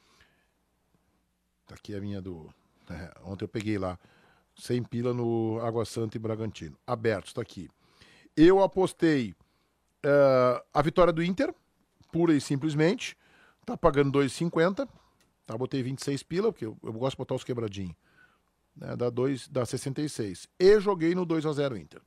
Speaker 2: tá aqui a minha do... É, ontem eu peguei lá. cem pila no Água Santa e Bragantino. Aberto, está aqui. Eu apostei uh, a vitória do Inter, pura e simplesmente. Tá pagando dois e cinquenta. Tá, botei vinte e seis pila, porque eu, eu gosto de botar os quebradinhos. Né, dá, dois, dá sessenta e seis. E joguei no dois a zero Inter.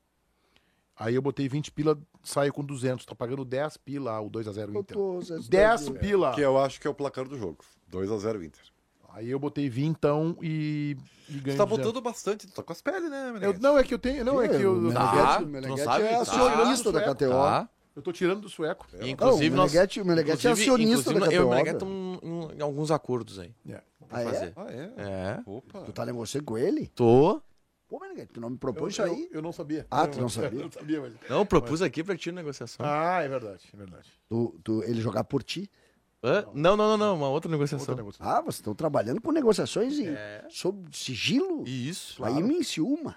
Speaker 2: Aí eu botei vinte pila, saio com duzentos. Tá pagando dez pila o dois a zero Inter. dez pila.
Speaker 3: Que eu acho que é o placar do jogo. dois a zero Inter.
Speaker 2: Aí eu botei vintão e, e ganhei.
Speaker 3: Você tá
Speaker 2: duzentos.
Speaker 3: botando bastante, tu tá com as peles, né,
Speaker 2: Eu,
Speaker 3: Meneghete?
Speaker 2: não, é que eu tenho. Não, é que eu.
Speaker 5: O
Speaker 4: Tá,
Speaker 5: Meneghetti, o
Speaker 4: tu
Speaker 5: Meneghetti
Speaker 4: não sabe?
Speaker 5: é
Speaker 4: Tá.
Speaker 5: acionista da K T O.
Speaker 4: Tá.
Speaker 2: Eu tô tirando do sueco.
Speaker 4: E, inclusive,
Speaker 5: Não, o
Speaker 4: nós...
Speaker 5: Meneghetti, o Meneghetti é
Speaker 4: inclusive-
Speaker 5: acionista da
Speaker 4: inclusive,
Speaker 5: K T O.
Speaker 4: Eu e o Meneghetti
Speaker 5: velho.
Speaker 4: estamos em, em alguns acordos aí.
Speaker 2: É.
Speaker 4: Pra
Speaker 5: Ah, é?
Speaker 4: fazer.
Speaker 3: Ah, é?
Speaker 4: É.
Speaker 3: Opa.
Speaker 5: Tu tá negociando com ele?
Speaker 4: Tô.
Speaker 5: Pô, Meneghetti, tu não me propôs
Speaker 2: Eu,
Speaker 5: isso aí?
Speaker 2: eu, eu não sabia.
Speaker 5: Ah,
Speaker 2: eu,
Speaker 5: tu não sabia?
Speaker 2: Eu não sabia, mas...
Speaker 4: Não, eu propus aqui pra ti na negociação.
Speaker 2: Ah, é verdade, é verdade.
Speaker 5: Tu, tu- ele jogar por ti?
Speaker 4: Hã? Não, não, não, não. Uma outra negociação.
Speaker 2: Outra negociação.
Speaker 5: Ah, vocês estão trabalhando com negociações em,
Speaker 4: É.
Speaker 5: sob sigilo?
Speaker 4: Isso.
Speaker 5: Aí me enciuma.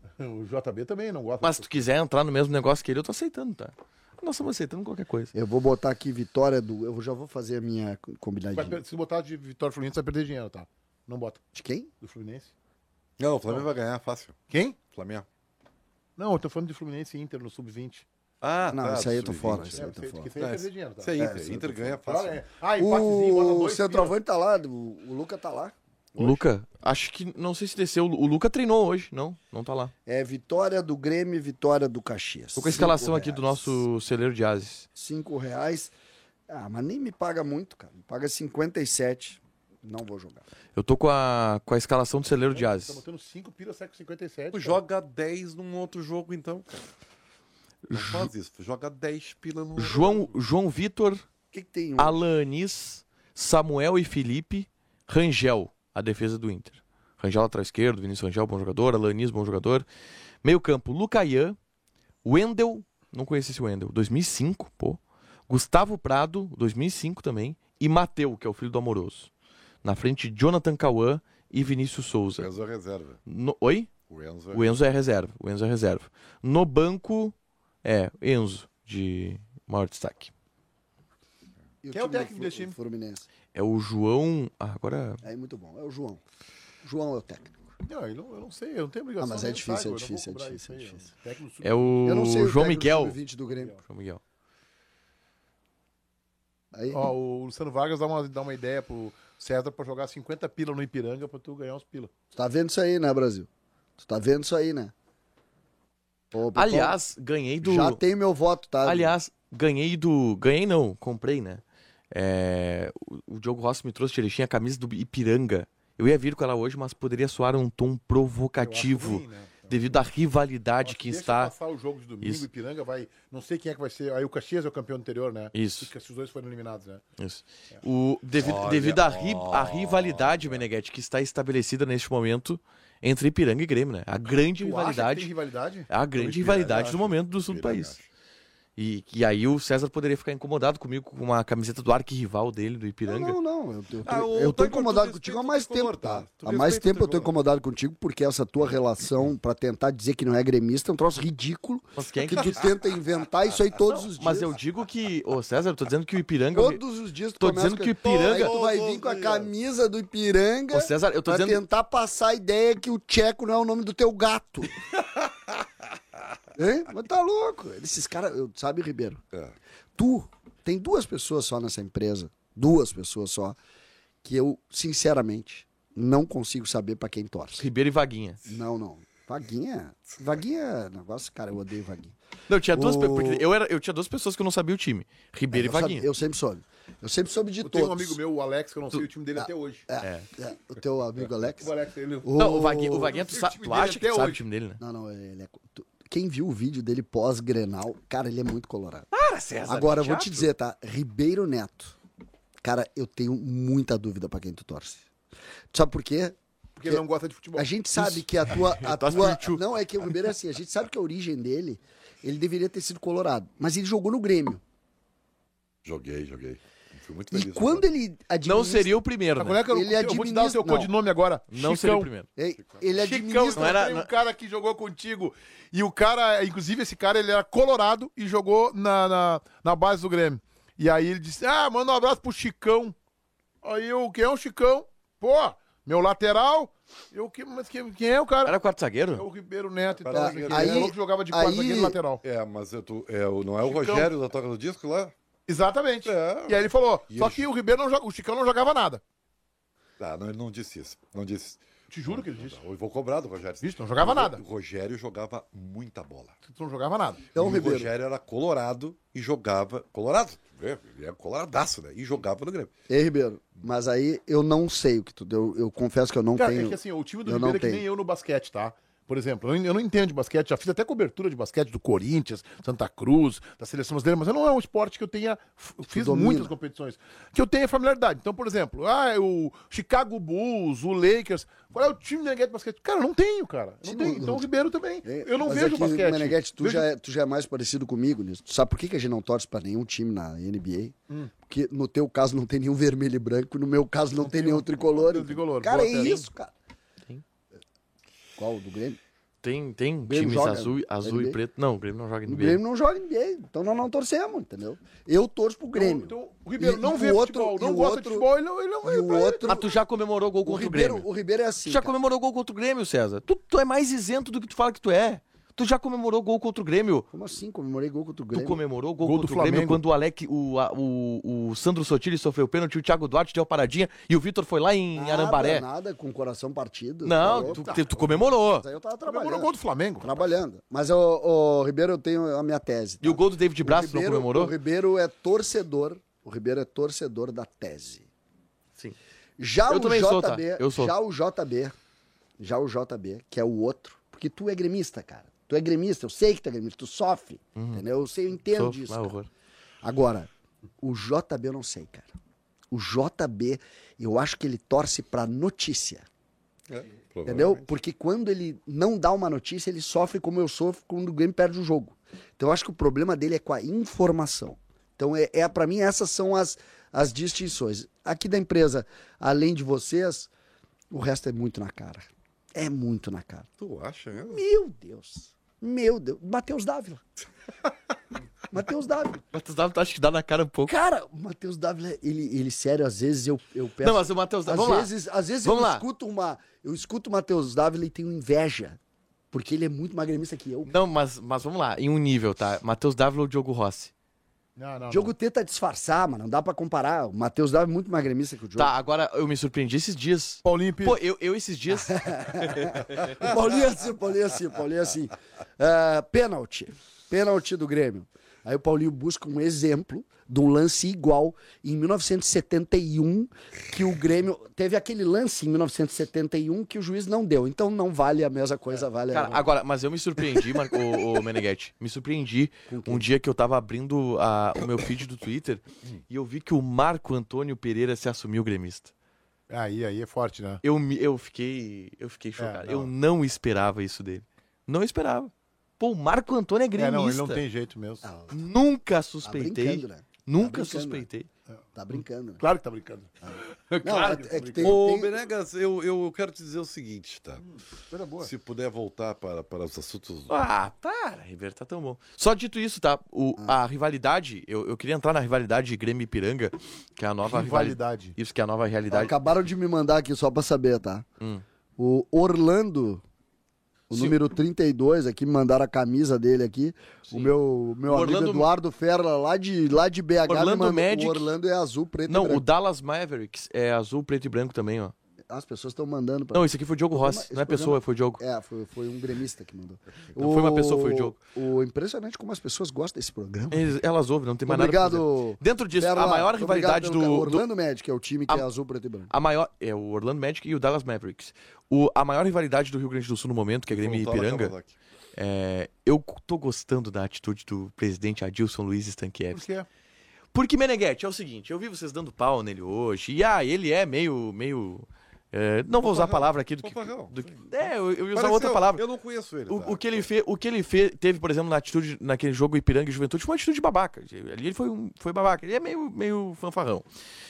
Speaker 2: O J B também não gosta.
Speaker 4: Mas se tu quiser entrar no mesmo negócio que ele, eu tô aceitando, tá? Nós estamos aceitando qualquer coisa.
Speaker 5: Eu vou botar aqui vitória do... Eu já vou fazer a minha
Speaker 2: Vai
Speaker 5: combinadinha.
Speaker 2: per- se botar de Vitória Fluminense, vai perder dinheiro, tá? Não bota.
Speaker 5: De quem?
Speaker 2: Do Fluminense.
Speaker 3: Não, o Flamengo vai ganhar, fácil.
Speaker 2: Quem?
Speaker 3: Flamengo.
Speaker 2: Não, eu tô falando de Fluminense e Inter no sub vinte.
Speaker 3: Ah,
Speaker 5: Não,
Speaker 3: tá.
Speaker 5: isso aí eu tô
Speaker 3: sub vinte.
Speaker 5: fora,
Speaker 2: É,
Speaker 5: isso aí eu tô
Speaker 2: porque
Speaker 5: fora.
Speaker 2: isso aí é
Speaker 3: Ah,
Speaker 2: perder dinheiro, tá?
Speaker 3: Isso é Inter.
Speaker 5: isso eu
Speaker 3: Inter
Speaker 5: tô
Speaker 3: ganha
Speaker 2: Ah,
Speaker 3: fácil.
Speaker 2: é. Ah, empatezinho, bota
Speaker 5: O
Speaker 2: dois.
Speaker 5: centroavante tá lá, o, o Luca tá lá.
Speaker 4: O Luca, acho que, não sei se desceu. O Luca treinou hoje. Não, não tá lá.
Speaker 5: É vitória do Grêmio e vitória do Caxias.
Speaker 4: Tô com a escalação
Speaker 5: Cinco
Speaker 4: aqui do
Speaker 5: reais.
Speaker 4: nosso celeiro de ases.
Speaker 5: Cinco reais. Ah, mas nem me paga muito, cara. Me paga cinquenta e sete. Não vou jogar.
Speaker 4: Eu tô com a, com a escalação do celeiro de
Speaker 2: Tá
Speaker 4: ases.
Speaker 2: botando cinco pila, sai com cinquenta e sete.
Speaker 3: Tu joga dez num outro jogo, então, cara. Não faz isso. Tu joga dez pila no...
Speaker 4: João, João Vitor,
Speaker 5: O que, que tem hoje?
Speaker 4: Alanis, Samuel e Felipe, Rangel, a defesa do Inter. Rangel lateral esquerdo, Vinícius Rangel, bom jogador, Alanis, bom jogador. Meio campo, Lucaian, Wendel, não conheci esse Wendel, dois mil e cinco, pô. Gustavo Prado, dois mil e cinco também. E Mateu, que é o filho do Amoroso. Na frente, Jonathan Cauã e Vinícius
Speaker 3: O
Speaker 4: Souza.
Speaker 3: Enzo é reserva.
Speaker 4: No... Oi?
Speaker 3: O Enzo é
Speaker 4: O Enzo é reserva. O Enzo é reserva. No banco, é, Enzo, de maior destaque.
Speaker 5: E o
Speaker 2: Quem é o
Speaker 5: time do
Speaker 2: técnico desse time?
Speaker 5: Fluminense.
Speaker 4: É o João. Ah, agora.
Speaker 5: É muito bom. É o João. João é o técnico.
Speaker 2: Não, eu não, eu não sei, eu não tenho obrigação.
Speaker 5: Ah, mas é
Speaker 2: nem
Speaker 5: difícil,
Speaker 2: saiba,
Speaker 5: é
Speaker 2: eu não vou
Speaker 5: difícil, é
Speaker 2: cobrar
Speaker 5: difícil,
Speaker 2: isso
Speaker 5: é
Speaker 2: aí,
Speaker 5: difícil.
Speaker 2: ó. Técnico sub-
Speaker 4: É o
Speaker 5: Eu não sei o
Speaker 4: João
Speaker 5: técnico
Speaker 4: Miguel.
Speaker 5: sub vinte do Grêmio.
Speaker 4: João Miguel.
Speaker 5: Aí,
Speaker 2: Ó, o Luciano Vargas dá uma, dá uma ideia pro César pra jogar cinquenta pila no Ipiranga pra tu ganhar uns pila.
Speaker 5: tu tá vendo isso aí, né, Brasil? Tu tá vendo isso aí, né? Ô, pessoal,
Speaker 4: Aliás, ganhei do.
Speaker 5: já tem meu voto, tá?
Speaker 4: Aliás, ganhei do. Ganhei não, comprei, né? É, O, o Diogo Rossi me trouxe, ele tinha a camisa do Ipiranga. Eu ia vir com ela hoje, mas poderia soar um tom provocativo.
Speaker 2: Eu acho ruim, né?
Speaker 4: Devido à rivalidade
Speaker 2: Acho
Speaker 4: que
Speaker 2: deixa
Speaker 4: está.
Speaker 2: passar o jogo de domingo,
Speaker 4: Isso.
Speaker 2: Ipiranga vai. Não sei quem é que vai ser. Aí o Caxias é o campeão anterior, né?
Speaker 4: Isso.
Speaker 2: Porque esses dois foram eliminados, né?
Speaker 4: Isso. O, devido
Speaker 3: Olha,
Speaker 4: devido à ri,
Speaker 3: ó.
Speaker 4: à rivalidade, Meneghetti, que está estabelecida neste momento entre Ipiranga e Grêmio, né? A grande
Speaker 2: Tu acha que
Speaker 4: rivalidade.
Speaker 2: tem rivalidade?
Speaker 4: É a grande
Speaker 3: Ipiranga,
Speaker 4: rivalidade do
Speaker 3: acho.
Speaker 4: momento do sul do
Speaker 3: Ipiranga,
Speaker 4: país.
Speaker 3: acho.
Speaker 4: E, e aí o César poderia ficar incomodado comigo com uma camiseta do arquirrival dele, do Ipiranga.
Speaker 5: Não, não, não. Eu, eu,
Speaker 3: Ah,
Speaker 5: tô-
Speaker 3: o
Speaker 5: eu tô
Speaker 3: Taigor,
Speaker 5: incomodado
Speaker 3: tu
Speaker 5: contigo há
Speaker 3: respeita
Speaker 5: mais
Speaker 3: o
Speaker 5: tempo,
Speaker 3: tricolor,
Speaker 5: tá?
Speaker 3: tá? Tu
Speaker 5: Há mais
Speaker 3: respeita o
Speaker 5: tempo eu tô
Speaker 3: tricolor.
Speaker 5: incomodado contigo porque essa tua relação pra tentar dizer que não é gremista é um troço ridículo.
Speaker 4: Mas quem é
Speaker 5: Que
Speaker 4: que...
Speaker 5: tu tenta inventar isso aí todos os dias.
Speaker 4: Mas eu digo que... Ô, César, eu tô dizendo que o Ipiranga...
Speaker 5: Todos os dias tu
Speaker 4: Tô
Speaker 5: começa
Speaker 4: dizendo
Speaker 5: com-
Speaker 4: que o Ipiranga-
Speaker 5: Aí tu vai vir com a camisa do Ipiranga
Speaker 4: Ô, César, eu tô
Speaker 5: pra
Speaker 4: dizendo...
Speaker 5: tentar passar a ideia que o Tcheco não é o nome do teu gato. Hein? Mas tá louco. Esses caras... eu- Sabe, Ribeiro?
Speaker 3: É.
Speaker 5: Tu, tem duas pessoas só nessa empresa, duas pessoas só, que eu, sinceramente, não consigo saber pra quem torce.
Speaker 4: Ribeiro e Vaguinha.
Speaker 5: Não, não. Vaguinha. Vaguinha é negócio, cara, eu odeio Vaguinha.
Speaker 4: Não, tinha duas,
Speaker 5: O-
Speaker 4: pe- porque eu, era, eu tinha duas pessoas que eu não sabia o time. Ribeiro
Speaker 5: eu,
Speaker 4: e Vaguinha.
Speaker 5: sabe- eu sempre soube. Eu sempre soube de
Speaker 2: Eu
Speaker 5: todos.
Speaker 2: tenho um amigo meu, o Alex, que eu não sei o time dele até hoje.
Speaker 5: É, é, o teu amigo Alex.
Speaker 2: O Alex, ele...
Speaker 4: Não, o Vaguinha, o Vaguinha tu,
Speaker 2: sei o
Speaker 4: sa-
Speaker 2: time
Speaker 4: tu
Speaker 2: dele
Speaker 4: acha que
Speaker 2: até
Speaker 4: tu sabe
Speaker 2: hoje.
Speaker 4: o time dele, né?
Speaker 5: Não, não, ele é... tu- Quem viu o vídeo dele pós-Grenal, cara, ele é muito colorado.
Speaker 4: Para, César.
Speaker 5: Agora, eu vou te
Speaker 4: teatro.
Speaker 5: dizer, tá? Ribeiro Neto. Cara, eu tenho muita dúvida pra quem tu torce. Tu sabe por quê?
Speaker 2: Porque ele não gosta de futebol.
Speaker 5: A gente sabe que a tua. A
Speaker 4: torce
Speaker 5: tua...
Speaker 4: pro Tchu.
Speaker 5: Não, é que o Ribeiro é assim. A gente sabe que a origem dele, ele deveria ter sido colorado. Mas ele jogou no Grêmio.
Speaker 3: Joguei, joguei. Fui muito
Speaker 5: E
Speaker 3: feliz.
Speaker 5: quando ele administra.
Speaker 4: Não seria o primeiro,
Speaker 2: Agora
Speaker 4: né?
Speaker 2: é que eu,
Speaker 5: Ele
Speaker 2: eu vou te dar o seu
Speaker 5: administra- não.
Speaker 2: codinome agora.
Speaker 4: Não
Speaker 2: Chicão.
Speaker 4: seria o primeiro.
Speaker 5: Ei, Ele
Speaker 2: Chicão,
Speaker 5: administra.
Speaker 4: não era-
Speaker 2: tem um
Speaker 4: não-
Speaker 2: cara que jogou contigo. E o cara, inclusive esse cara, ele era colorado e jogou na, na, na base do Grêmio. E aí ele disse, ah, manda um abraço pro Chicão. Aí eu, quem é o Chicão? Pô, meu lateral. Eu, que, mas quem, quem é o cara?
Speaker 4: Era quarto
Speaker 2: É
Speaker 4: zagueiro?
Speaker 2: o Ribeiro Neto e tal.
Speaker 3: Tá,
Speaker 2: não sei o quê.
Speaker 5: aí-
Speaker 2: Ele falou que jogava de quarto
Speaker 5: aí-
Speaker 2: zagueiro e lateral.
Speaker 3: É, mas eu tô, é, o- não é o
Speaker 2: Chicão.
Speaker 3: Rogério da Toca do Disco lá?
Speaker 2: Exatamente.
Speaker 3: É.
Speaker 2: E aí ele falou,
Speaker 3: E
Speaker 2: só
Speaker 3: ele-
Speaker 2: que o Ribeiro não joga, o Chicão não jogava nada.
Speaker 3: Ah, não, ele não disse isso. Não disse.
Speaker 2: Te juro que ele disse.
Speaker 3: Eu vou cobrar do Rogério.
Speaker 2: Vixe, não jogava
Speaker 3: O-
Speaker 2: nada.
Speaker 3: O Rogério jogava muita bola.
Speaker 2: Tu não jogava nada.
Speaker 5: Então,
Speaker 3: e o
Speaker 5: Ribeiro.
Speaker 3: Rogério era colorado e jogava. Colorado? É, Ele é coloradaço, né? E jogava no Grêmio.
Speaker 5: Ei, Ribeiro, mas aí eu não sei o que tu deu. Eu confesso que eu não
Speaker 2: Cara,
Speaker 5: tenho.
Speaker 2: é que assim, o time do
Speaker 5: eu
Speaker 2: Ribeiro
Speaker 5: não
Speaker 2: é que nem
Speaker 5: tenho.
Speaker 2: eu no basquete, tá? Por exemplo, eu não- eu não entendo de basquete, já fiz até cobertura de basquete do Corinthians, Santa Cruz, da seleção brasileira, mas não é um esporte que eu tenha. f- Fiz
Speaker 5: domina.
Speaker 2: muitas competições. Que eu tenha familiaridade. Então, por exemplo, ah, o Chicago Bulls, o Lakers. Qual é o time do Meneghete de basquete? Cara, eu não tenho, cara. Eu
Speaker 5: Sim,
Speaker 2: não tenho.
Speaker 5: não-
Speaker 2: Então o Ribeiro também.
Speaker 5: É,
Speaker 2: Eu não
Speaker 5: mas
Speaker 2: vejo
Speaker 5: é que,
Speaker 2: basquete.
Speaker 5: Meneghete, tu,
Speaker 2: Vejo-
Speaker 5: já é, tu já é mais parecido comigo nisso. Tu sabe por que, que a gente não torce pra nenhum time na N B A?
Speaker 2: Hum.
Speaker 5: Porque no teu caso não tem nenhum vermelho e branco, no meu caso não, tem nenhum tricolor.
Speaker 2: nenhum tricolor.
Speaker 5: Cara,
Speaker 2: Boa,
Speaker 5: é
Speaker 2: Pedro.
Speaker 5: isso, cara.
Speaker 4: Tem.
Speaker 5: Qual? O do Grêmio?
Speaker 4: Tem, tem
Speaker 5: Grêmio
Speaker 4: times
Speaker 5: joga
Speaker 4: azul, azul
Speaker 5: N B A?
Speaker 4: e preto. Não, o Grêmio não joga
Speaker 5: O
Speaker 4: N B A.
Speaker 5: Grêmio não joga N B A, então nós não torcemos, entendeu? Eu torço pro Grêmio.
Speaker 2: Então, o Ribeiro
Speaker 5: E-
Speaker 2: não
Speaker 5: e
Speaker 2: vê
Speaker 5: o outro-
Speaker 2: futebol,
Speaker 5: e
Speaker 2: não
Speaker 5: o
Speaker 2: gosta
Speaker 5: outro-
Speaker 2: de futebol, ele não, ele não
Speaker 5: e o
Speaker 2: pra ele.
Speaker 5: outro-
Speaker 4: Mas tu já comemorou gol
Speaker 5: o
Speaker 4: contra o,
Speaker 5: Ribeiro,
Speaker 4: Grêmio.
Speaker 5: o Ribeiro é assim.
Speaker 4: Tu já
Speaker 5: cara.
Speaker 4: comemorou gol contra o Grêmio, César. Tu, tu é mais isento do que tu fala que tu é. Tu já comemorou gol contra o Grêmio.
Speaker 5: Como assim? Comemorei gol contra o
Speaker 4: Tu
Speaker 5: Grêmio.
Speaker 4: comemorou gol,
Speaker 2: Gol do
Speaker 4: contra o Grêmio
Speaker 2: Flamengo.
Speaker 4: quando o Alec, o, a- o, o Sandro Sotiri sofreu pênalti, o Thiago Duarte deu a paradinha e o Vitor foi lá em
Speaker 5: Nada,
Speaker 4: Arambaré.
Speaker 5: Nada, com o coração partido.
Speaker 4: Não,
Speaker 5: Tá
Speaker 4: tu,
Speaker 5: louco?
Speaker 4: te- tu comemorou.
Speaker 5: Mas aí eu tava
Speaker 2: Comemorou
Speaker 5: trabalhando.
Speaker 2: o gol do Flamengo.
Speaker 5: Trabalhando. Mas, ô, ô, Ribeiro, eu tenho a minha tese.
Speaker 4: E o gol do David Braz, tu não
Speaker 5: Ribeiro,
Speaker 4: comemorou?
Speaker 5: O Ribeiro é torcedor. O Ribeiro é torcedor da tese.
Speaker 4: Sim.
Speaker 5: Já
Speaker 4: Eu
Speaker 5: o
Speaker 4: também
Speaker 5: J B,
Speaker 4: sou, tá? Eu sou.
Speaker 5: já o J B, já o J B, que é o outro, porque tu é gremista, cara. Tu é gremista, eu sei que tu é gremista, tu sofre, entendeu? Eu sei, eu entendo
Speaker 4: Sou-
Speaker 5: disso.
Speaker 4: ah,
Speaker 5: cara.
Speaker 4: horror.
Speaker 5: Agora, o J B eu não sei, cara. O J B, eu acho que ele torce pra notícia.
Speaker 3: É,
Speaker 5: Entendeu? Porque quando ele não dá uma notícia, ele sofre como eu sofro quando o Grêmio perde o jogo. Então eu acho que o problema dele é com a informação. Então, é, é para mim, essas são as, as distinções. Aqui da empresa, além de vocês, o resto é muito na cara. É muito na cara.
Speaker 3: Tu acha mesmo?
Speaker 5: Meu Deus. Meu Deus. Matheus Dávila. Matheus Dávila.
Speaker 4: Matheus Dávila, tu acha que dá na cara um pouco?
Speaker 5: Cara, o Matheus Dávila, ele, ele, sério, às vezes eu, eu peço...
Speaker 4: Não, mas o Matheus
Speaker 5: Às
Speaker 4: Dávila, vamos
Speaker 5: vezes,
Speaker 4: lá.
Speaker 5: às vezes
Speaker 4: Vamos
Speaker 5: eu
Speaker 4: lá.
Speaker 5: escuto uma, eu escuto o Matheus Dávila e tenho inveja, porque ele é muito mais gremista que eu.
Speaker 4: Não, mas, mas vamos lá, em um nível, tá? Matheus Dávila ou Diogo Rossi?
Speaker 2: Não, não,
Speaker 5: O Diogo tenta disfarçar, mas não dá pra comparar. O Matheus Dávila é muito mais gremista que o Diogo.
Speaker 4: Tá, agora eu me surpreendi esses dias.
Speaker 2: Paulinho Pires.
Speaker 4: Pô, eu, eu esses dias.
Speaker 5: O Paulinho é assim, o Paulinho é assim, o Paulinho é assim. Ah, pênalti. Pênalti do Grêmio. Aí o Paulinho busca um exemplo de um lance igual em mil novecentos e setenta e um, que o Grêmio... Teve aquele lance em mil novecentos e setenta e um que o juiz não deu. Então não vale a mesma coisa, vale
Speaker 4: Cara,
Speaker 5: a...
Speaker 4: agora, mas eu me surpreendi, Mar... o, o Meneghetti. Me surpreendi um dia que eu tava abrindo a- o meu feed do Twitter e eu vi que o Marco Antônio Pereira se assumiu gremista.
Speaker 2: Aí, aí é forte, né?
Speaker 4: Eu, me, eu fiquei. Eu fiquei chocado.
Speaker 2: não.
Speaker 4: Eu não esperava isso dele. Não esperava. Pô, o Marco Antônio é
Speaker 2: É,
Speaker 4: gremista.
Speaker 2: não, ele não tem jeito mesmo.
Speaker 5: Ah,
Speaker 4: Nunca
Speaker 5: tá
Speaker 4: suspeitei.
Speaker 5: brincando, né?
Speaker 4: Nunca
Speaker 5: Tá brincando,
Speaker 4: suspeitei.
Speaker 5: Tá brincando. Né?
Speaker 2: Claro que tá brincando.
Speaker 5: Não,
Speaker 2: Claro
Speaker 5: é,
Speaker 2: que tá
Speaker 5: é que tem...
Speaker 3: Ô,
Speaker 5: tem-
Speaker 3: Benegas, eu, eu quero te dizer o seguinte, tá?
Speaker 2: Coisa boa.
Speaker 3: Se puder voltar para, para os assuntos.
Speaker 4: Ah, para, River, tá tão bom. Só dito isso, tá? O,
Speaker 5: Ah.
Speaker 4: A rivalidade, eu, eu queria entrar na rivalidade Grêmio e Ipiranga, que é a nova rivalidade.
Speaker 2: Rivalidade.
Speaker 4: Isso que é a nova realidade.
Speaker 5: Acabaram de me mandar aqui só pra saber, tá?
Speaker 4: Hum.
Speaker 5: O Orlando, o
Speaker 4: Sim.
Speaker 5: número trinta e dois, aqui me mandaram a camisa dele aqui. O meu, meu
Speaker 4: O
Speaker 5: amigo
Speaker 4: Orlando-
Speaker 5: Eduardo Ferla, lá de, lá de B H,
Speaker 4: Orlando
Speaker 5: me mandou.
Speaker 4: Magic-
Speaker 5: O Orlando é azul, preto
Speaker 4: Não,
Speaker 5: e
Speaker 4: o
Speaker 5: branco.
Speaker 4: Dallas Mavericks é azul, preto e branco também, ó.
Speaker 5: As pessoas estão mandando pra
Speaker 4: Não, esse aqui foi o Diogo Rossi,
Speaker 5: Esse
Speaker 4: não é
Speaker 5: programa-
Speaker 4: pessoa, foi o Diogo.
Speaker 5: É, foi, foi um gremista que mandou.
Speaker 4: Não foi uma pessoa, foi o Diogo.
Speaker 5: O impressionante como as pessoas gostam desse programa.
Speaker 4: Eles- Elas ouvem, não tem mais nada pra fazer.
Speaker 5: Obrigado.
Speaker 4: Dentro disso,
Speaker 5: Perla,
Speaker 4: a maior
Speaker 5: obrigado
Speaker 4: rivalidade
Speaker 5: pelo
Speaker 4: do,
Speaker 5: ca-
Speaker 4: do-
Speaker 5: Orlando Magic, que é o time que
Speaker 4: A-
Speaker 5: é azul, preto e branco.
Speaker 4: A maior. É o Orlando Magic e o Dallas Mavericks. O, a maior rivalidade do Rio Grande do Sul no momento, que é Grêmio e
Speaker 3: Voltou lá,
Speaker 4: Ipiranga.
Speaker 3: Kawasaki.
Speaker 4: É, eu tô gostando da atitude do presidente Adilson Luiz
Speaker 2: Por
Speaker 4: Stankiewicz.
Speaker 2: quê?
Speaker 4: Porque, Meneghetti, é o seguinte, eu vi vocês dando pau nele hoje, e ah, ele é meio. meio é, não vou usar a
Speaker 3: Fanfarrão.
Speaker 4: palavra aqui do que.
Speaker 3: Fanfarrão,
Speaker 4: do que-
Speaker 3: sim.
Speaker 4: é, eu, eu ia usar
Speaker 3: Pareceu-
Speaker 4: outra palavra.
Speaker 3: Eu não conheço ele.
Speaker 4: O,
Speaker 3: tá?
Speaker 4: o que ele fez, o que ele fez, teve, por exemplo, na atitude naquele jogo Ipiranga e Juventude, foi uma atitude babaca. Ali ele foi, um, foi babaca. Ele é meio, meio fanfarrão.